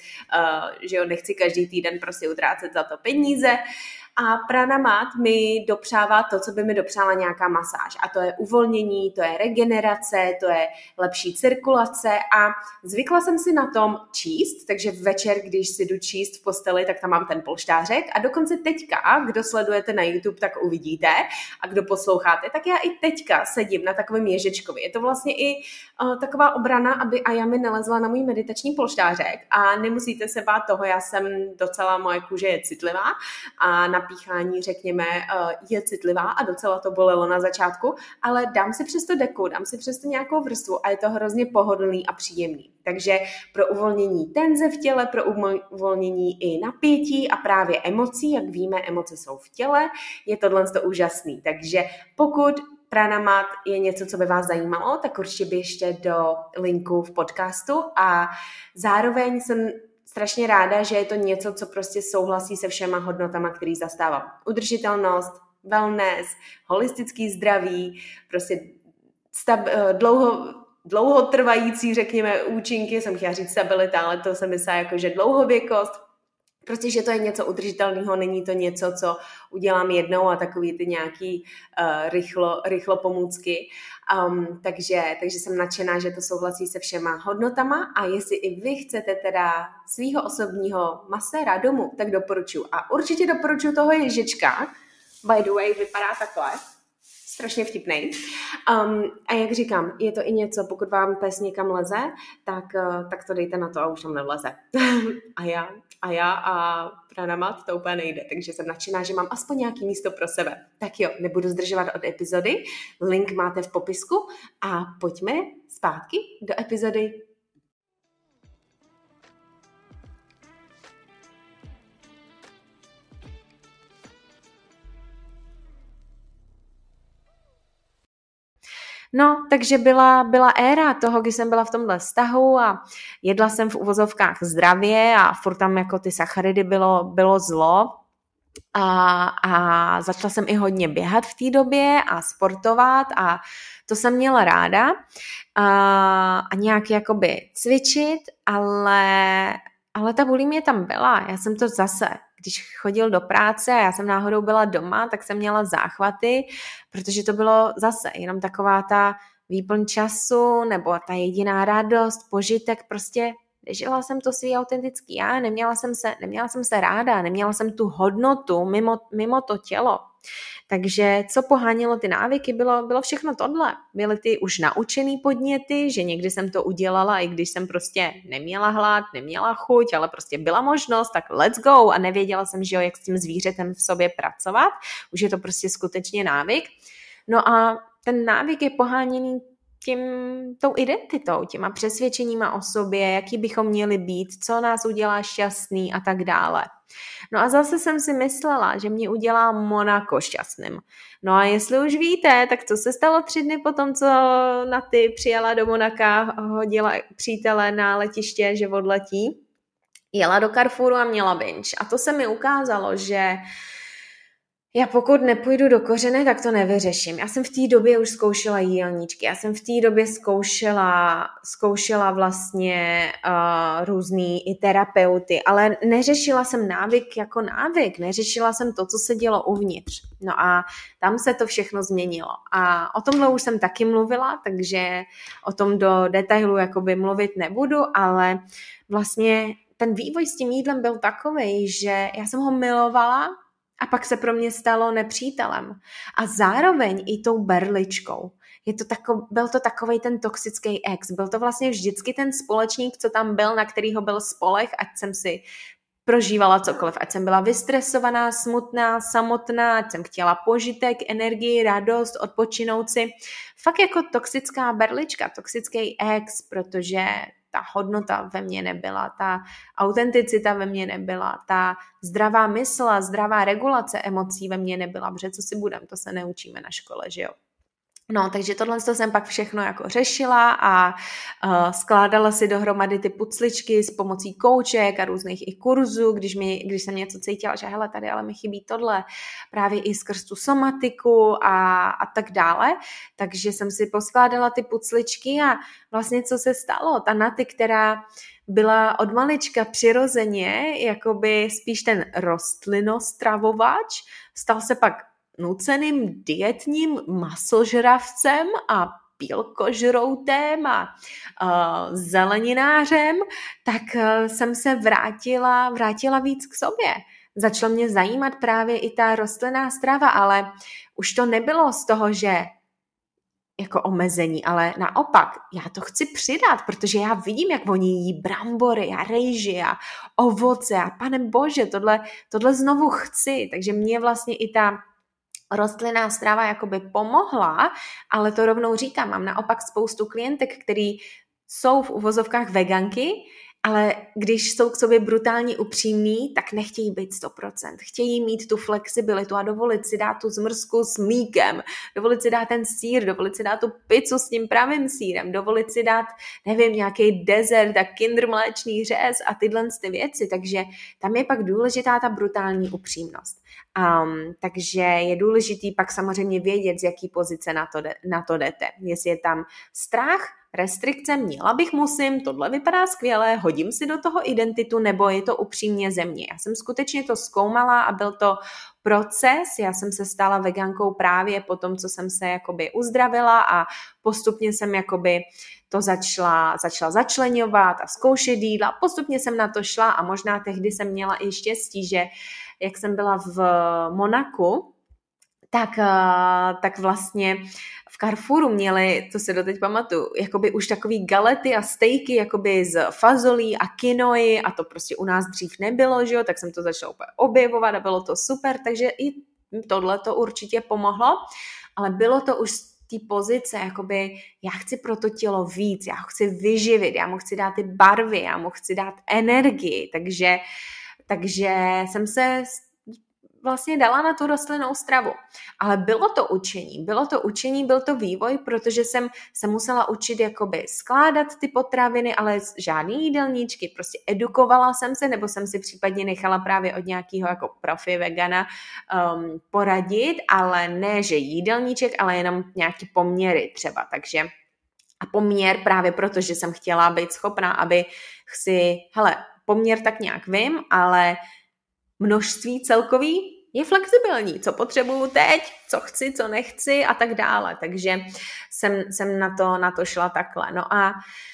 že nechci každý týden prostě utrácet za to peníze. A Pranamat mi dopřává to, co by mi dopřála nějaká masáž. A to je uvolnění, to je regenerace, to je lepší cirkulace a zvykla jsem si na tom číst, takže večer, když si jdu číst v posteli, tak tam mám ten polštářek a dokonce teďka, kdo sledujete na YouTube, tak uvidíte a kdo posloucháte, tak já i teďka sedím na takovém ježečkovi. Je to vlastně i taková obrana, aby Aja nelezla na můj meditační polštářek a nemusíte se bát toho, moje kůže je citlivá a na píchání, řekněme, je citlivá a docela to bolelo na začátku, ale dám si přesto deku, dám si přesto nějakou vrstvu a je to hrozně pohodlný a příjemný. Takže pro uvolnění tenze v těle, pro uvolnění i napětí a právě emocí, jak víme, emoce jsou v těle, je tohle úžasný. Takže pokud Pranamat je něco, co by vás zajímalo, tak určitě běžte do linku v podcastu a zároveň jsem strašně ráda, že je to něco, co prostě souhlasí se všema hodnotama, který zastávám. Udržitelnost, wellness, holistický zdraví, prostě dlouhotrvající, řekněme, účinky, jsem chtěla říct stabilita, ale to jsem myslela jako, že dlouhověkost, prostě, že to je něco udržitelného, není to něco, co udělám jednou a takový ty nějaký rychlo pomůcky. Takže jsem nadšená, že to souhlasí se všema hodnotama a jestli i vy chcete teda svýho osobního maséra domů, tak doporučuji. A určitě doporučuji toho ježička. By the way, vypadá takhle. Strašně vtipnej. A jak říkám, je to i něco, pokud vám pes někam leze, tak to dejte na to a už tam nevleze. a já a Pranamat to úplně nejde, takže jsem nadšená, že mám aspoň nějaký místo pro sebe. Tak jo, nebudu zdržovat od epizody, link máte v popisku a pojďme zpátky do epizody. No, takže byla éra toho, kdy jsem byla v tomhle vztahu a jedla jsem v uvozovkách zdravě a furt tam jako ty sacharidy bylo zlo. A začala jsem i hodně běhat v té době a sportovat a to jsem měla ráda a nějak jakoby cvičit, ale ta bulimie tam byla. Já jsem to zase, když chodil do práce a já jsem náhodou byla doma, tak jsem měla záchvaty, protože to bylo zase jenom taková ta výplň času nebo ta jediná radost, požitek, prostě žila jsem to svý autentický já, neměla jsem se ráda, neměla jsem tu hodnotu mimo to tělo. Takže co pohánělo ty návyky, bylo všechno tohle. Byly ty už naučený podněty, že někdy jsem to udělala, i když jsem prostě neměla hlad, neměla chuť, ale prostě byla možnost, tak let's go. A nevěděla jsem, že jo, jak s tím zvířetem v sobě pracovat. Už je to prostě skutečně návyk. No a ten návyk je poháněný tou identitou, těma přesvědčeníma o sobě, jaký bychom měli být, co nás udělá šťastný a tak dále. No a zase jsem si myslela, že mě udělá Monako šťastným. No a jestli už víte, tak co se stalo 3 dny potom, co Naty přijela do Monaka, hodila přítele na letiště, že odletí, jela do Carrefouru a měla binge. A to se mi ukázalo, že já pokud nepůjdu do kořene, tak to nevyřeším. Já jsem v té době už zkoušela jídelníčky, já jsem v té době zkoušela vlastně různý i terapeuty, ale neřešila jsem návyk jako návyk, neřešila jsem to, co se dělo uvnitř. No a tam se to všechno změnilo. A o tomhle už jsem taky mluvila, takže o tom do detailu jakoby mluvit nebudu, ale vlastně ten vývoj s tím jídlem byl takovej, že já jsem ho milovala, a pak se pro mě stalo nepřítelem. A zároveň i tou berličkou. Byl to takovej ten toxický ex. Byl to vlastně vždycky ten společník, co tam byl, na kterýho byl spolech, ať jsem si prožívala cokoliv. Ať jsem byla vystresovaná, smutná, samotná, ať jsem chtěla požitek, energii, radost, odpočinout si. Fakt jako toxická berlička, toxický ex, protože ta hodnota ve mně nebyla, ta autenticita ve mně nebyla, ta zdravá mysl a zdravá regulace emocí ve mně nebyla, protože co si budem, to se neučíme na škole, že jo. No, takže tohle jsem pak všechno jako řešila a skládala si dohromady ty pucličky s pomocí kouček a různých i kurzů, když jsem něco cítila, že hele, tady ale mi chybí tohle, právě i skrz tu somatiku a tak dále. Takže jsem si poskládala ty pucličky a vlastně co se stalo? Ta Naty, která byla od malička přirozeně jakoby spíš ten rostlinostravovač, stal se pak nuceným dietním masožravcem a bílkožroutem a zeleninářem, tak jsem se vrátila víc k sobě. Začalo mě zajímat právě i ta rostlinná strava, ale už to nebylo z toho, že jako omezení, ale naopak, já to chci přidat, protože já vidím, jak oni jí brambory a rejži a ovoce a pane bože, tohle znovu chci, takže mě vlastně i ta rostlinná strava jakoby pomohla, ale to rovnou říkám, mám naopak spoustu klientek, který jsou v uvozovkách veganky, ale když jsou k sobě brutálně upřímní, tak nechtějí být 100%. Chtějí mít tu flexibilitu a dovolit si dát tu zmrzku s mlíkem, dovolit si dát ten sýr, dovolit si dát tu pizzu s tím pravým sýrem, dovolit si dát, nevím, nějaký dezert a kinder mléčný řez a tyhle ty věci. Takže tam je pak důležitá ta brutální upřímnost. Takže je důležitý pak samozřejmě vědět, z jaký pozice na to jdete. Jestli je tam strach, restrikce, měla bych, musím, tohle vypadá skvěle, hodím si do toho identitu, nebo je to upřímně ze mě. Já jsem skutečně to zkoumala a byl to proces, já jsem se stala vegankou právě po tom, co jsem se jakoby uzdravila a postupně jsem jakoby to začala začleňovat a zkoušet jídla. Postupně jsem na to šla a možná tehdy jsem měla i štěstí, že jak jsem byla v Monaku, tak vlastně v Carrefouru měli, to se doteď pamatuju, jakoby už takový galety a stejky jakoby z fazolí a kinoi a to prostě u nás dřív nebylo, že jo, tak jsem to začala úplně objevovat a bylo to super, takže i tohle to určitě pomohlo, ale bylo to už z té pozice, jakoby já chci pro to tělo víc, já ho chci vyživit, já mu chci dát ty barvy, já mu chci dát energii, takže jsem se vlastně dala na tu rostlinnou stravu. Ale bylo to učení, byl to vývoj, protože jsem se musela učit jakoby skládat ty potraviny, ale žádný jídelníčky, prostě edukovala jsem se, nebo jsem si případně nechala právě od nějakého jako profi vegana poradit, ale ne, že jídelníček, ale jenom nějaký poměry třeba, takže a poměr právě proto, že jsem chtěla být schopná, aby poměr tak nějak vím, ale množství celkový je flexibilní, co potřebuju teď, co chci, co nechci a tak dále, takže jsem na to šla takhle. No a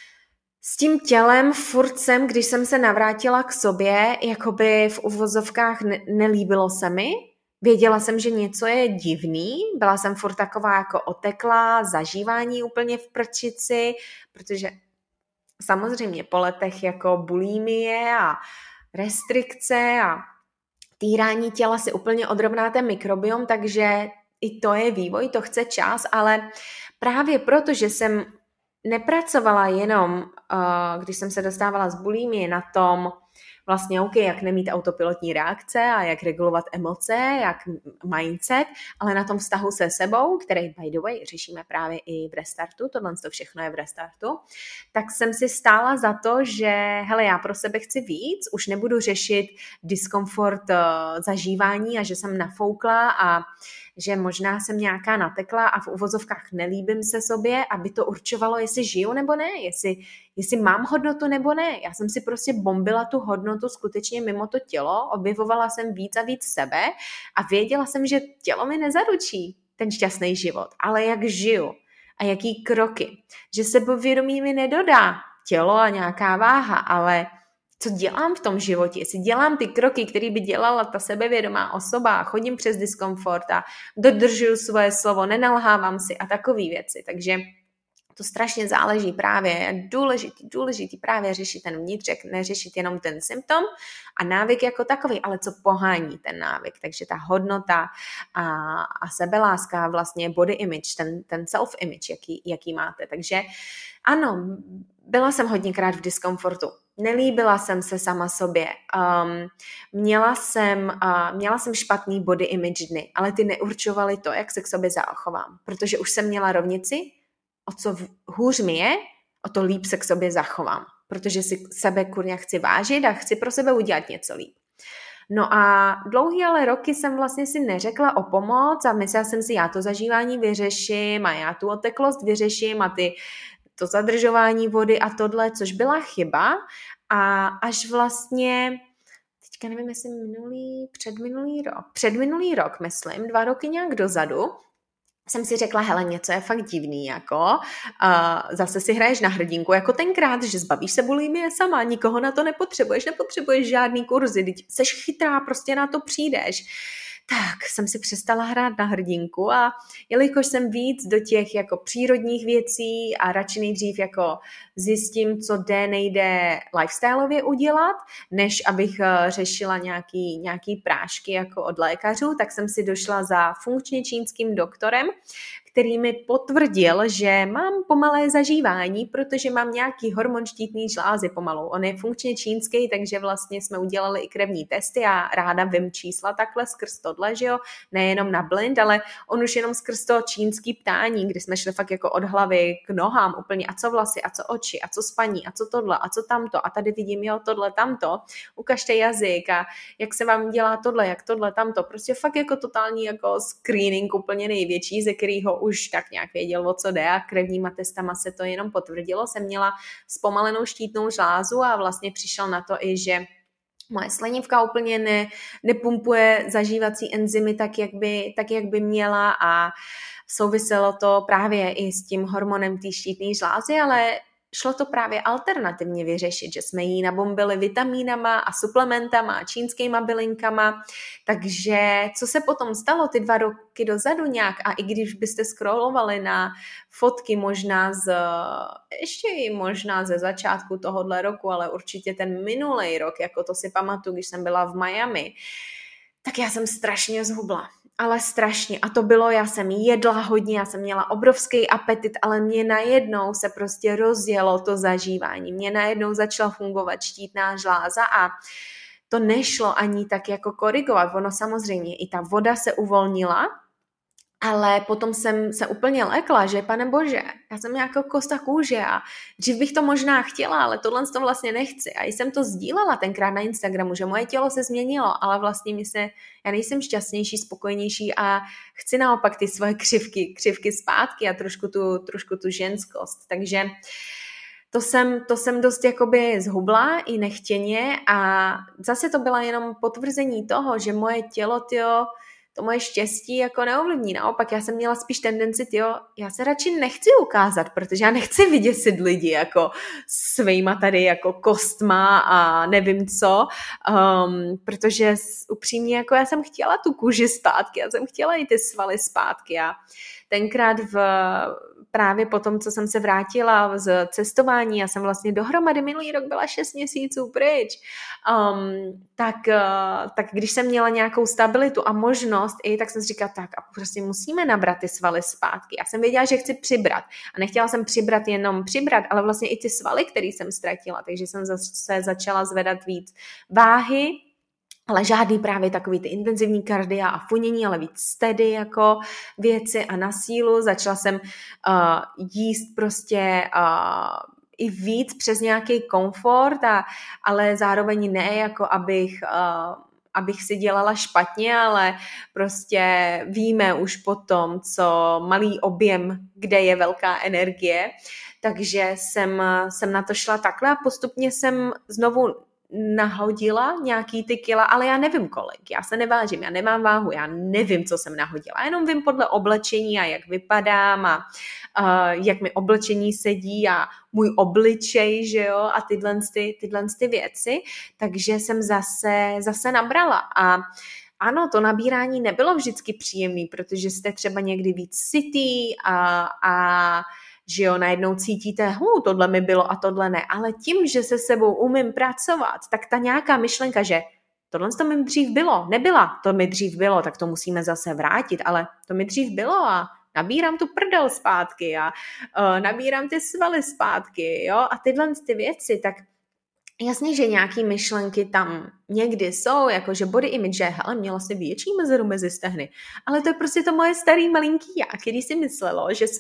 s tím tělem furt když jsem se navrátila k sobě, jakoby v uvozovkách nelíbilo se mi, věděla jsem, že něco je divný, byla jsem furt taková jako oteklá, zažívání úplně v prčici, protože samozřejmě po letech jako bulimie a restrikce a týrání těla si úplně odrovná ten mikrobiom, takže i to je vývoj, to chce čas, ale právě proto, že jsem nepracovala jenom, když jsem se dostávala z bulimie na tom, vlastně jak nemít autopilotní reakce a jak regulovat emoce, jak mindset, ale na tom vztahu se sebou, který by the way řešíme právě i v restartu, tohle to všechno je v restartu, tak jsem si stála za to, že já pro sebe chci víc, už nebudu řešit diskomfort zažívání a že jsem nafoukla a že možná jsem nějaká natekla a v uvozovkách nelíbím se sobě, aby to určovalo, jestli žiju nebo ne, jestli mám hodnotu nebo ne. Já jsem si prostě bombila tu hodnotu skutečně mimo to tělo, objevovala jsem víc a víc sebe a věděla jsem, že tělo mi nezaručí ten šťastný život, ale jak žiju a jaký kroky. Že sebevědomí mi nedodá tělo a nějaká váha, ale co dělám v tom životě, jestli dělám ty kroky, které by dělala ta sebevědomá osoba, chodím přes diskomfort a dodržuju svoje slovo, nenalhávám si a takové věci. Takže to strašně záleží právě, je důležitý právě řešit ten vnitřek, neřešit jenom ten symptom a návyk jako takový, ale co pohání ten návyk. Takže ta hodnota a sebeláska, vlastně body image, ten self-image, jaký máte. Takže ano, byla jsem hodněkrát v diskomfortu. Nelíbila jsem se sama sobě. Měla jsem špatný body image dny, ale ty neurčovaly to, jak se k sobě zachovám. Protože už jsem měla rovnici, o co hůř mi je, o to líp se k sobě zachovám. Protože si sebe kurňa chci vážit a chci pro sebe udělat něco líp. No a dlouhý ale roky jsem vlastně si neřekla o pomoc a myslela jsem si, já to zažívání vyřeším a já tu oteklost vyřeším a to zadržování vody a tohle, což byla chyba a až vlastně, teďka nevím, jestli předminulý rok, myslím, 2 roky nějak dozadu, jsem si řekla, něco je fakt divný, jako zase si hraješ na hrdinku, jako tenkrát, že zbavíš se bulimie sama, nikoho na to nepotřebuješ žádný kurzy, teď seš chytrá, prostě na to přijdeš. Tak jsem si přestala hrát na hrdinku a jelikož jsem víc do těch jako přírodních věcí a radši nejdřív jako zjistím, co nejde lifestyleově udělat, než abych řešila nějaký prášky jako od lékařů, tak jsem si došla za funkčně čínským doktorem, který mi potvrdil, že mám pomalé zažívání, protože mám nějaký hormon štítné žlázy pomalu. On je funkčně čínský, takže vlastně jsme udělali i krevní testy a ráda vím čísla takhle skrz tohle, že jo, nejenom na blind, ale on už jenom skrz to čínský ptání, kdy jsme šli fakt jako od hlavy k nohám úplně a co vlasy, a co oči, a co spaní, a co tohle, a co tamto, a tady vidím, jo, tohle, tamto, ukažte jazyk a jak se vám dělá tohle, jak tohle, tamto, prostě fakt jako totální jako screening úplně největší, ze kterého už tak nějak věděl, o co jde a krevníma testama se to jenom potvrdilo. Jsem měla zpomalenou štítnou žlázu a vlastně přišel na to i, že moje slinivka úplně nepumpuje zažívací enzymy tak, jak by měla a souviselo to právě i s tím hormonem té štítné žlázy, ale šlo to právě alternativně vyřešit, že jsme jí nabombili vitamínama a suplementama a čínskýma bylinkama, takže co se potom stalo ty 2 roky dozadu nějak a i když byste scrollovali na fotky možná ze začátku tohohle roku, ale určitě ten minulý rok, jako to si pamatuju, když jsem byla v Miami, tak já jsem strašně zhubla. Ale strašně. A to bylo, já jsem jedla hodně, já jsem měla obrovský apetit, ale mě najednou se prostě rozjelo to zažívání. Mě najednou začala fungovat štítná žláza a to nešlo ani tak jako korigovat. Ono samozřejmě i ta voda se uvolnila, ale potom jsem se úplně lekla, že pane bože, já jsem jako kosta kůže a dřív bych to možná chtěla, ale tohle to vlastně nechci. A jsem to sdílela tenkrát na Instagramu, že moje tělo se změnilo, ale vlastně já nejsem šťastnější, spokojenější a chci naopak ty svoje křivky zpátky a trošku tu ženskost. Takže to jsem dost jakoby zhubla i nechtěně a zase to byla jenom potvrzení toho, že moje tělo, to moje štěstí jako neovlivní. Naopak, já jsem měla spíš tendenci, já se radši nechci ukázat, protože já nechci vyděsit lidi jako svýma tady jako kostma a nevím co, protože upřímně jako já jsem chtěla tu kůži zpátky, já jsem chtěla i ty svaly zpátky a tenkrát právě po tom, co jsem se vrátila z cestování, já jsem vlastně dohromady minulý rok byla 6 měsíců pryč, tak když jsem měla nějakou stabilitu a možnost, tak jsem si říkala, tak a prostě musíme nabrat ty svaly zpátky. Já jsem věděla, že chci přibrat a nechtěla jsem jenom přibrat, ale vlastně i ty svaly, které jsem ztratila, takže jsem se začala zvedat víc váhy, ale žádný právě takový ty intenzivní kardia a funění, ale víc steady jako věci a na sílu. Začala jsem jíst prostě i víc přes nějaký komfort, ale zároveň ne jako abych si dělala špatně, ale prostě víme už potom, co malý objem, kde je velká energie, takže jsem na to šla takhle a postupně jsem znovu nahodila nějaký ty kila, ale já nevím kolik, já se nevážím, já nemám váhu, já nevím, co jsem nahodila, jenom vím podle oblečení a jak vypadám a jak mi oblečení sedí a můj obličej, že jo, a tyhle věci, takže jsem zase nabrala a ano, to nabírání nebylo vždycky příjemný, protože jste třeba někdy víc sytý a že jo, najednou cítíte, tohle mi bylo a tohle ne, ale tím, že se sebou umím pracovat, tak ta nějaká myšlenka, že tohle to mi dřív bylo, nebyla, to mi dřív bylo, tak to musíme zase vrátit, ale to mi dřív bylo a nabírám tu prdel zpátky a nabírám ty svaly zpátky, jo, a tyhle ty věci, tak jasně, že nějaký myšlenky tam někdy jsou, jakože body image, že hele, měla si větší mezeru mezi stehny, ale to je prostě to moje starý malinký já, který si myslelo, že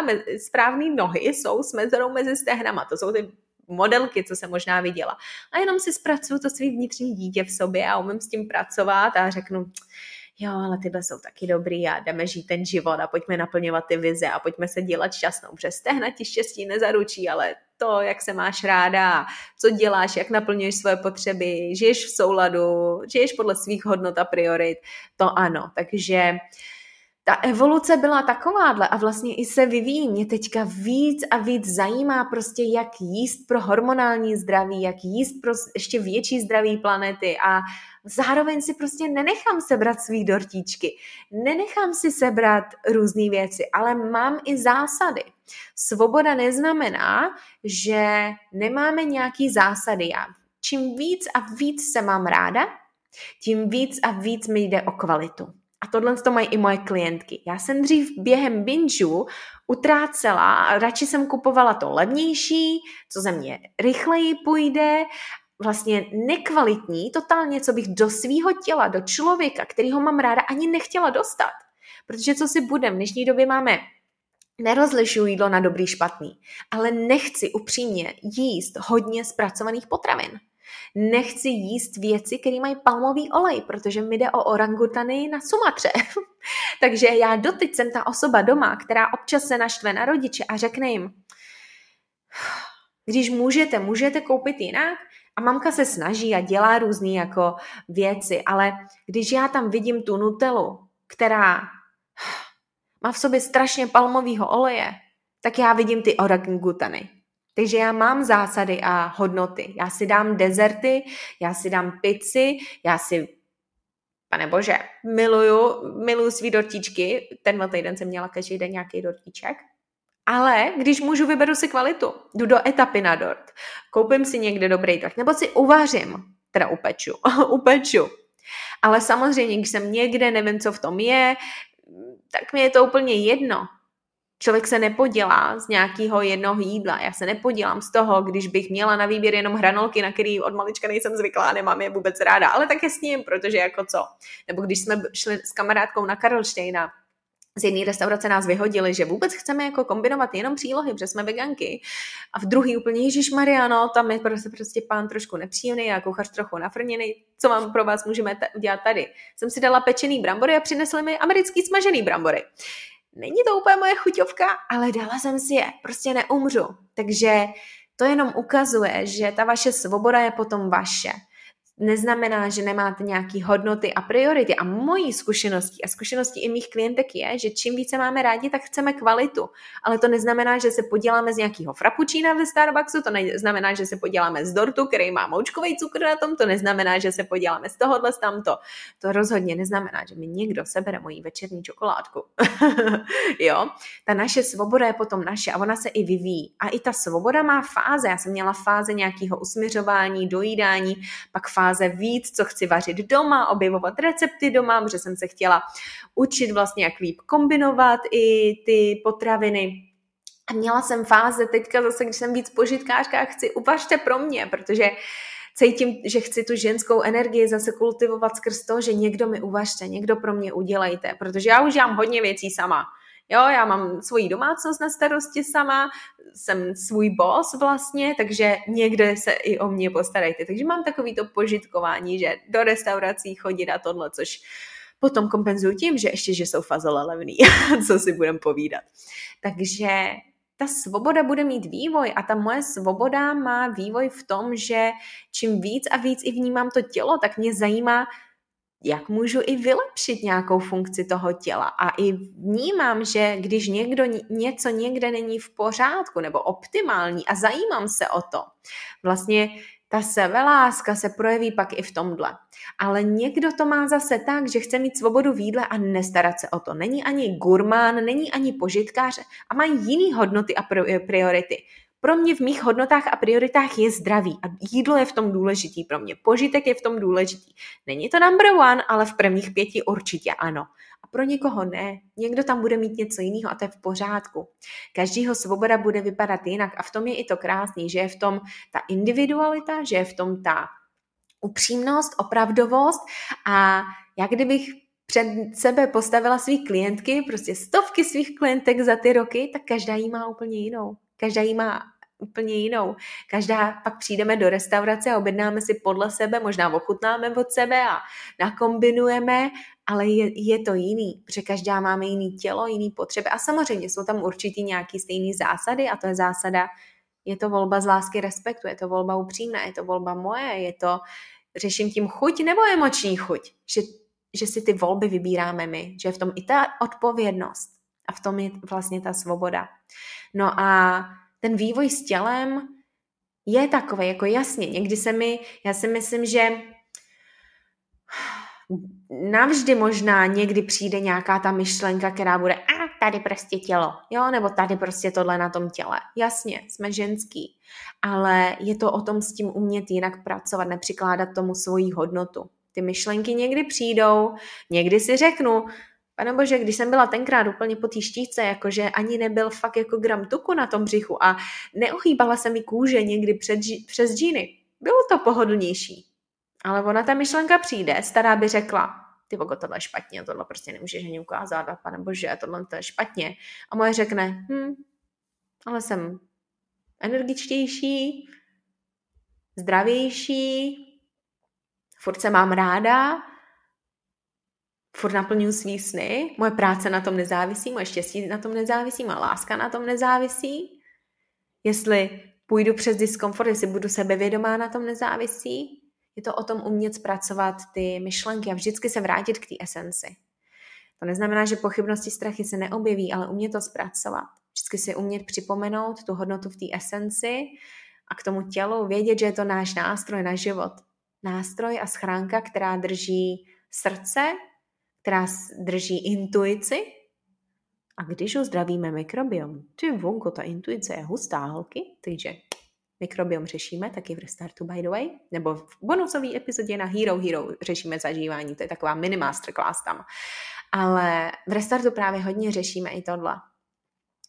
správný nohy jsou s mezerou mezi stehnama, to jsou ty modelky, co jsem možná viděla. A jenom si zpracuju to svý vnitřní dítě v sobě a umím s tím pracovat a řeknu, jo, ale tyhle jsou taky dobrý a jdeme žít ten život a pojďme naplňovat ty vize a pojďme se dělat šťastnou. Přes stehna ti štěstí nezaručí, ale to, jak se máš ráda, co děláš, jak naplňuješ svoje potřeby, žiješ v souladu, žiješ podle svých hodnot a priorit, to ano. Takže ta evoluce byla takováhle a vlastně i se vyvíjí. Mě teďka víc a víc zajímá prostě, jak jíst pro hormonální zdraví, jak jíst pro ještě větší zdraví planety a zároveň si prostě nenechám sebrat svý dortíčky, nenechám si sebrat různé věci, ale mám i zásady. Svoboda neznamená, že nemáme nějaký zásady. Čím víc a víc se mám ráda, tím víc a víc mi jde o kvalitu. A tohle to mají i moje klientky. Já jsem dřív během bingeu utrácela a radši jsem kupovala to levnější, co ze mě rychleji půjde, vlastně nekvalitní, totálně, co bych do svýho těla, do člověka, kterýho mám ráda, ani nechtěla dostat. Protože co si budem, v dnešní době nerozlišuji jídlo na dobrý, špatný, ale nechci upřímně jíst hodně zpracovaných potravin. Nechci jíst věci, které mají palmový olej, protože mi jde o orangutany na Sumatře. Takže já doteď jsem ta osoba doma, která občas se naštve na rodiče a řekne jim, když můžete koupit jinak. A mamka se snaží a dělá různý jako věci, ale když já tam vidím tu Nutellu, která má v sobě strašně palmového oleje, tak já vidím ty orangutany. Takže já mám zásady a hodnoty. Já si dám dezerty, já si dám pizzy, pane bože, miluju svý dortíčky. Tenhle týden jsem měla každý den nějaký dortíček. Ale když můžu, vyberu si kvalitu. Jdu do etapy na dort. Koupím si někde dobrý dort. Nebo si uvařím. Teda upeču. Ale samozřejmě, když jsem někde, nevím, co v tom je, tak mi je to úplně jedno. Člověk se nepodělá z nějakého jednoho jídla. Já se nepodělám z toho, když bych měla na výběr jenom hranolky, na který od malička nejsem zvyklá, nemám je vůbec ráda, ale tak je s ním, protože jako co. Nebo když jsme šli s kamarádkou na Karlštejna, z jedné restaurace nás vyhodili, že vůbec chceme jako kombinovat jenom přílohy, protože jsme veganky. A v druhý úplně, ježišmarja, no, tam je prostě pán trošku nepříjemný a kuchař trochu nafrněný. Co vám pro vás můžeme udělat tady? Jsem si dala pečený brambory a přinesli mi americký smažený brambory. Není to úplně moje chuťovka, ale dala jsem si je, prostě neumřu. Takže to jenom ukazuje, že ta vaše svoboda je potom vaše. Neznamená, že nemáte nějaké hodnoty a priority. A mojí zkušeností a zkušeností i mých klientek je, že čím více máme rádi, tak chceme kvalitu. Ale to neznamená, že se poděláme z nějakého frappuccina ve Starbucksu, to neznamená, že se poděláme z dortu, který má moučkový cukr na tom, to neznamená, že se poděláme z tohohle z tamto. To rozhodně neznamená, že mi někdo sebere moji večerní čokoládku. Jo? Ta naše svoboda je potom naše a ona se i vyvíjí. A i ta svoboda má fáze. Já jsem měla fáze nějakého usměřování, dojídání, pak fáze víc, co chci vařit doma, objevovat recepty doma, protože jsem se chtěla učit vlastně, jak líp kombinovat i ty potraviny. A měla jsem fáze teďka zase, když jsem víc požitkářka, chci uvařte pro mě, protože cítím, že chci tu ženskou energii zase kultivovat skrz to, že někdo mi uvařte, někdo pro mě udělejte, protože já už dělám hodně věcí sama. Jo, já mám svoji domácnost na starosti sama, jsem svůj boss vlastně, takže někde se i o mě postarajte. Takže mám takový to požitkování, že do restaurací chodit a tohle, což potom kompenzuju tím, že ještě, že jsou fazole levný, co si budem povídat. Takže ta svoboda bude mít vývoj a ta moje svoboda má vývoj v tom, že čím víc a víc i vnímám to tělo, tak mě zajímá, jak můžu i vylepšit nějakou funkci toho těla. A i vnímám, že když něco někde není v pořádku nebo optimální a zajímám se o to, vlastně ta sebeláska se projeví pak i v tomhle. Ale někdo to má zase tak, že chce mít svobodu v jídle a nestarat se o to. Není ani gurmán, není ani požitkář a mají jiný hodnoty a priority. Pro mě v mých hodnotách a prioritách je zdraví a jídlo je v tom důležitý pro mě. Požitek je v tom důležitý. Není to number one, ale v prvních 5 určitě ano. A pro někoho ne. Někdo tam bude mít něco jiného a to je v pořádku. Každýho svoboda bude vypadat jinak a v tom je i to krásný, že je v tom ta individualita, že je v tom ta upřímnost, opravdovost a já kdybych před sebe postavila svý klientky, prostě stovky svých klientek za ty roky, tak každá jí má úplně jinou. Každá jí má úplně jinou. Každá pak přijdeme do restaurace a objednáme si podle sebe, možná ochutnáme od sebe a nakombinujeme, ale je to jiný, protože každá máme jiný tělo, jiný potřeby a samozřejmě jsou tam určitě nějaký stejný zásady a to je zásada, je to volba z lásky respektu, je to volba upřímná, je to volba moje, je to, řeším tím chuť nebo emoční chuť, že si ty volby vybíráme my, že je v tom i ta odpovědnost a v tom je vlastně ta svoboda. No a ten vývoj s tělem je takový, jako jasně, někdy já si myslím, že navždy možná někdy přijde nějaká ta myšlenka, která bude tady prostě tělo, jo, nebo tady prostě tohle na tom těle. Jasně, jsme ženský, ale je to o tom s tím umět jinak pracovat, nepřikládat tomu svoji hodnotu. Ty myšlenky někdy přijdou, někdy si řeknu, Pane bože, když jsem byla tenkrát úplně po té štíce, jakože ani nebyl fakt jako gram tuku na tom břichu a neohýbala se mi kůže někdy přes džíny. Bylo to pohodlnější. Ale ona ta myšlenka přijde, stará by řekla, ty vogo, tohle je špatně, tohle prostě nemůžeš ani ukázat, a pane bože, tohle to je špatně. A moje řekne, ale jsem energičtější, zdravější, furt se mám ráda, furt naplňuji svý sny, moje práce na tom nezávisí, moje štěstí na tom nezávisí, moje láska na tom nezávisí. Jestli půjdu přes diskomfort, jestli budu sebevědomá, na tom nezávisí. Je to o tom umět zpracovat ty myšlenky a vždycky se vrátit k té esenci. To neznamená, že pochybnosti, strachy se neobjeví, ale umět to zpracovat. Vždycky si umět připomenout tu hodnotu v té esenci a k tomu tělu vědět, že je to náš nástroj na život. Nástroj a schránka, která drží srdce, která drží intuici. A když uzdravíme mikrobiom, ty vonko, ta intuice je hustá, holky, takže mikrobiom řešíme taky v Restartu, by the way, nebo v bonusové epizodě na Hero řešíme zažívání, to je taková mini masterclass tam. Ale v Restartu právě hodně řešíme i tohle.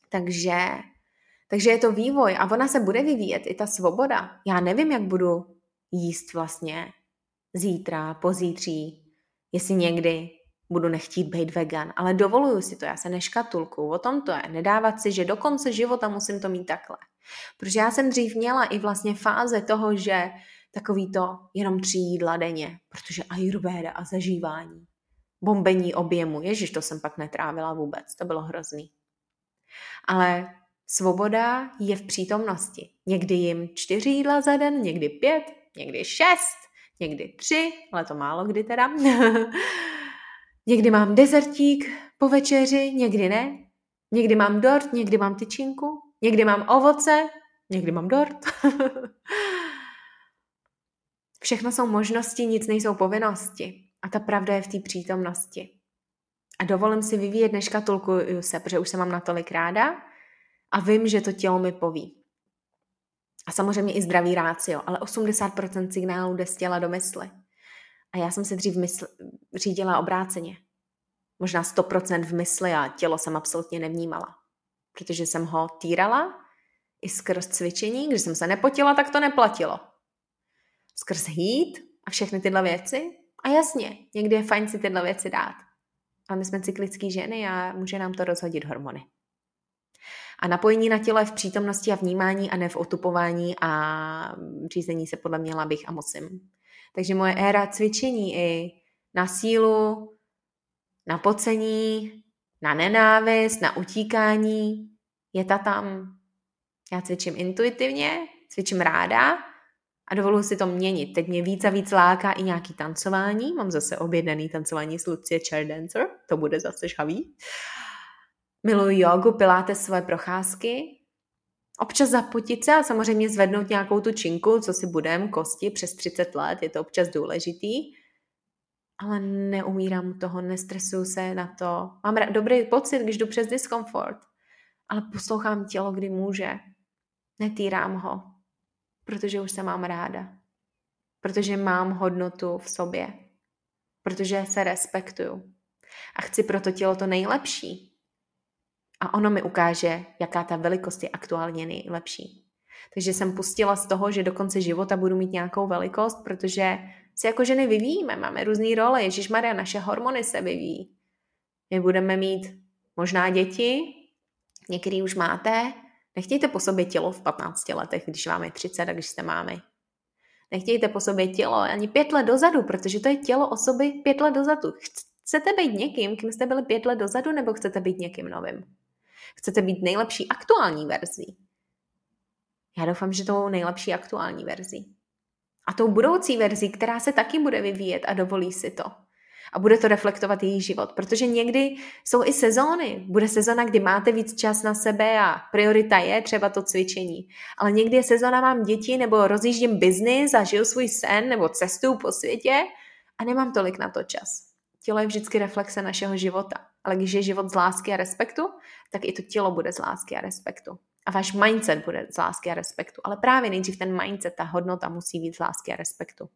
Takže je to vývoj a ona se bude vyvíjet, i ta svoboda. Já nevím, jak budu jíst vlastně zítra, pozítří, jestli někdy budu nechtít být vegan, ale dovoluju si to, já se neškatulkuju, o tom to je, nedávat si, že do konce života musím to mít takhle. Protože já jsem dřív měla i vlastně fáze toho, že takový to jenom 3 jídla denně, protože ajurvéda a zažívání, bombení objemu, ježiš, to jsem pak netrávila vůbec, to bylo hrozný. Ale svoboda je v přítomnosti. Někdy jim 4 jídla za den, někdy 5, někdy 6, někdy 3, ale to málo kdy teda. Někdy mám dezertík po večeři, někdy ne. Někdy mám dort, někdy mám tyčinku, někdy mám ovoce, někdy mám dort. Všechno jsou možnosti, nic nejsou povinnosti. A ta pravda je v té přítomnosti. A dovolím si vyvíjet, neškatulkuju se, protože už se mám natolik ráda a vím, že to tělo mi poví. A samozřejmě i zdravý rácio, ale 80% signálů jde z těla do mysli. A já jsem se dřív řídila obráceně. Možná 100% v mysli a tělo jsem absolutně nevnímala. Protože jsem ho týrala i skrz cvičení, když jsem se nepotila, tak to neplatilo. Skrz heat a všechny tyhle věci. A jasně, někdy je fajn si tyhle věci dát. Ale my jsme cyklické ženy a může nám to rozhodit hormony. A napojení na tělo je v přítomnosti a vnímání a ne v otupování a řízení se podle mě bych a musím. Takže moje éra cvičení i na sílu, na pocení, na nenávist, na utíkání je ta tam. Já cvičím intuitivně, cvičím ráda a dovoluji si to měnit. Teď mě víc a víc láká i nějaký tancování. Mám zase objednaný tancování s Lucie Chair Dancer. To bude zase žhavý. Miluji jogu, pilates, svoje procházky. Občas zapotit se a samozřejmě zvednout nějakou tu činku, co si budem, kosti přes 30 let. Je to občas důležitý. Ale neumírám toho, nestresuju se na to. Mám dobrý pocit, když jdu přes diskomfort. Ale poslouchám tělo, kdy může. Netýrám ho. Protože už se mám ráda. Protože mám hodnotu v sobě. Protože se respektuju. A chci pro to tělo to nejlepší. A ono mi ukáže, jaká ta velikost je aktuálně nejlepší. Takže jsem pustila z toho, že do konce života budu mít nějakou velikost, protože se jako ženy vyvíjíme, máme různý role. Ježišmarja, naše hormony se vyvíjí. My budeme mít možná děti, některý už máte. Nechtějte po sobě tělo v 15 letech, když vám je 30 a když jste mámy. Nechtějte po sobě tělo ani 5 let dozadu, protože to je tělo osoby 5 let dozadu. Chcete být někým, kým jste byli 5 let dozadu, nebo chcete být někým novým? Chcete být nejlepší aktuální verzí? Já doufám, že tou nejlepší aktuální verzí. A tou budoucí verzí, která se taky bude vyvíjet a dovolí si to. A bude to reflektovat její život. Protože někdy jsou i sezóny. Bude sezóna, kdy máte víc čas na sebe a priorita je třeba to cvičení. Ale někdy je sezóna, mám děti nebo rozjíždím biznis a žiju svůj sen nebo cestuju po světě a nemám tolik na to čas. Tělo je vždycky reflexe našeho života. Ale když je život z lásky a respektu, tak i to tělo bude z lásky a respektu. A váš mindset bude z lásky a respektu. Ale právě nejdřív ten mindset, ta hodnota musí být z lásky a respektu.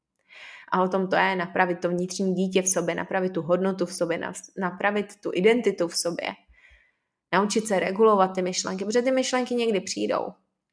A o tom to je napravit to vnitřní dítě v sobě, napravit tu hodnotu v sobě, napravit tu identitu v sobě. Naučit se regulovat ty myšlenky, protože ty myšlenky někdy přijdou.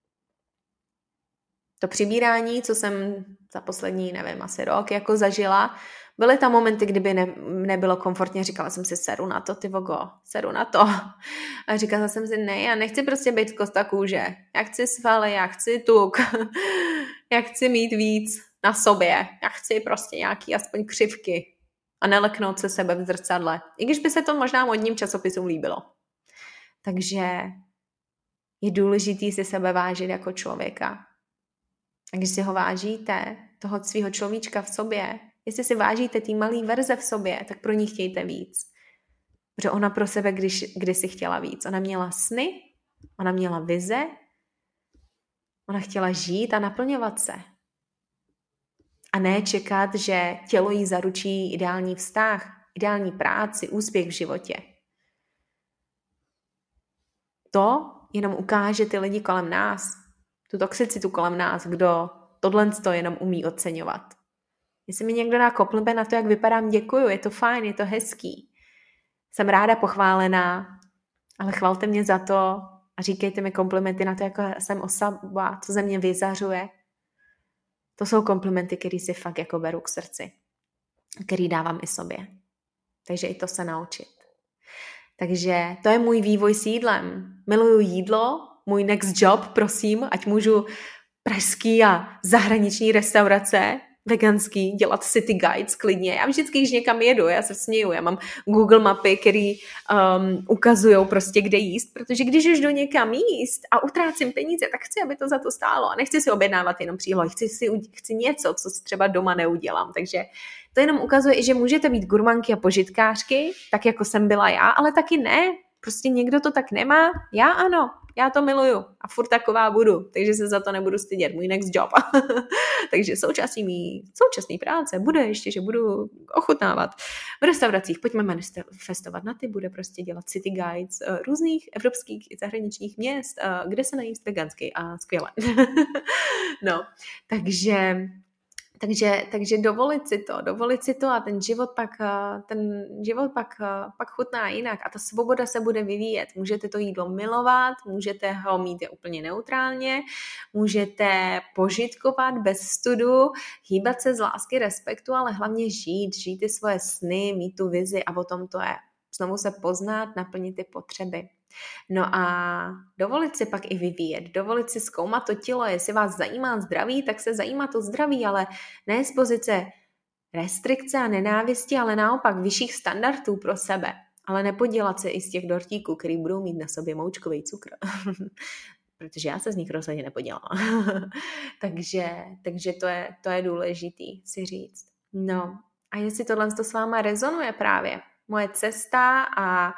To přibírání, co jsem za poslední, nevím, asi rok jako zažila, byly tam momenty, kdyby nebylo komfortně, říkala jsem si, seru na to, ty vogo, seru na to. A říkala jsem si, ne, já nechci prostě být kosta kůže. Já chci svaly, já chci tuk, já chci mít víc na sobě. Já chci prostě nějaký aspoň křivky a neleknout se sebe v zrcadle. I když by se to možná modním časopisům líbilo. Takže je důležitý si sebe vážit jako člověka. A když si ho vážíte, toho svého človíčka v sobě, jestli si vážíte té malé verze v sobě, tak pro ní chtějte víc. Protože ona pro sebe kdysi chtěla víc. Ona měla sny, ona měla vize, ona chtěla žít a naplňovat se. A ne čekat, že tělo jí zaručí ideální vztah, ideální práci, úspěch v životě. To jenom ukáže ty lidi kolem nás, tu toxicitu kolem nás, kdo tohle jenom umí oceňovat. Jestli mi někdo dá kompliment na to, jak vypadám, děkuju, je to fajn, je to hezký. Jsem ráda pochválená, Ale chvalte mě za to a říkejte mi komplimenty na to, jako jsem osoba, co ze mě vyzařuje. To jsou komplimenty, které si fakt jako beru k srdci. Který dávám i sobě. Takže i to se naučit. Takže to je můj vývoj s jídlem. Miluju jídlo, můj next job, prosím, ať můžu pražský a zahraniční restaurace veganský dělat city guides klidně. Já vždycky, když někam jedu, já se směju, já mám Google mapy, které ukazují prostě, kde jíst, protože když už jdu někam jíst a utrácím peníze, tak chci, aby to za to stálo. A nechci si objednávat jenom přílohy, chci něco, co si třeba doma neudělám. Takže to jenom ukazuje i, že můžete být gurmanky a požitkářky, tak jako jsem byla já, ale taky ne. Prostě někdo to tak nemá, já ano, já to miluju a furt taková budu, takže se za to nebudu stydět, můj next job. Takže současný práce bude ještě, že budu ochutnávat v restauracích, pojďme manifestovat na ty, bude prostě dělat city guides různých evropských i zahraničních měst, kde se najíst vegansky a skvěle. No, takže dovolit si to a ten život pak chutná jinak a ta svoboda se bude vyvíjet. Můžete to jídlo milovat, můžete ho mít úplně neutrálně, můžete požitkovat bez studu, hýbat se z lásky, respektu, ale hlavně žít ty svoje sny, mít tu vizi a o tom to je. Znovu se poznat, naplnit ty potřeby. No a dovolit si pak i vyvíjet, dovolit si zkoumat to tělo, jestli vás zajímá zdraví, tak se zajímá to zdraví, ale ne z pozice restrikce a nenávisti, ale naopak vyšších standardů pro sebe. Ale nepodělat se i z těch dortíků, který budou mít na sobě moučkový cukr. Protože já se z nich rozhodně nepodělala. takže to je důležitý si říct. No a jestli tohle s váma rezonuje právě, moje cesta a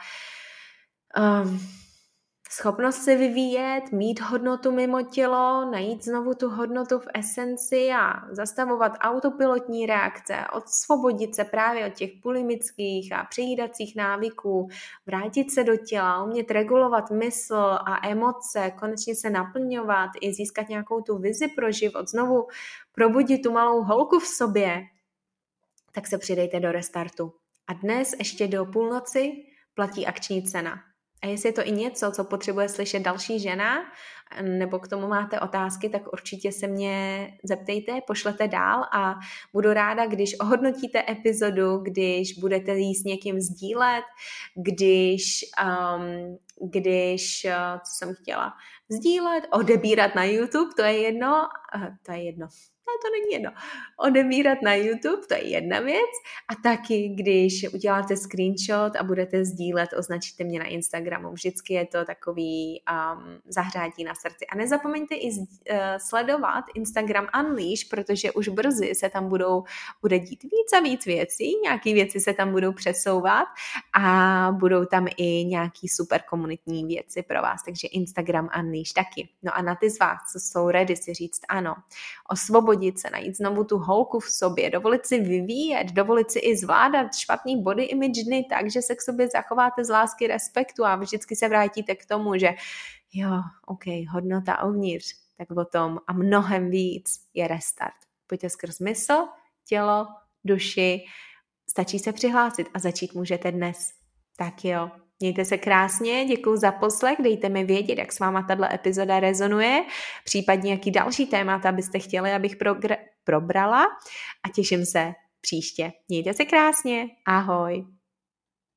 schopnost se vyvíjet, mít hodnotu mimo tělo, najít znovu tu hodnotu v esenci a zastavovat autopilotní reakce, odsvobodit se právě od těch bulimických a přejídacích návyků, vrátit se do těla, umět regulovat mysl a emoce, konečně se naplňovat i získat nějakou tu vizi pro život, znovu probudit tu malou holku v sobě, tak se přidejte do restartu. A dnes ještě do půlnoci platí akční cena. A jestli je to i něco, co potřebuje slyšet další žena, nebo k tomu máte otázky, tak určitě se mě zeptejte, pošlete dál a budu ráda, když ohodnotíte epizodu, když budete ji s někým sdílet, když co jsem chtěla, sdílet, odebírat na YouTube, to je jedno. Ne, to není jedno. Odebírat na YouTube, to je jedna věc. A taky, když uděláte screenshot a budete sdílet, označíte mě na Instagramu. Vždycky je to takový zahřátí na srdci. A nezapomeňte i sledovat Instagram Unleash, protože už brzy se tam bude dít víc a víc věcí. Nějaké věci se tam budou přesouvat a budou tam i nějaký super komunitní věci pro vás. Takže Instagram Unleash taky. No a na ty z vás, co jsou ready si říct ano, osvobodit se, najít znovu tu holku v sobě, dovolit si vyvíjet, dovolit si i zvládat špatný body image dny tak, že se k sobě zachováte z lásky, respektu a vždycky se vrátíte k tomu, že jo, ok, hodnota uvnitř, tak o tom a mnohem víc je restart. Pojďte skrz mysl, tělo, duši, stačí se přihlásit a začít můžete dnes. Tak jo. Mějte se krásně, děkuju za poslech, dejte mi vědět, jak s váma tato epizoda rezonuje, případně jaký další témata byste chtěli, abych probrala a těším se příště. Mějte se krásně, ahoj.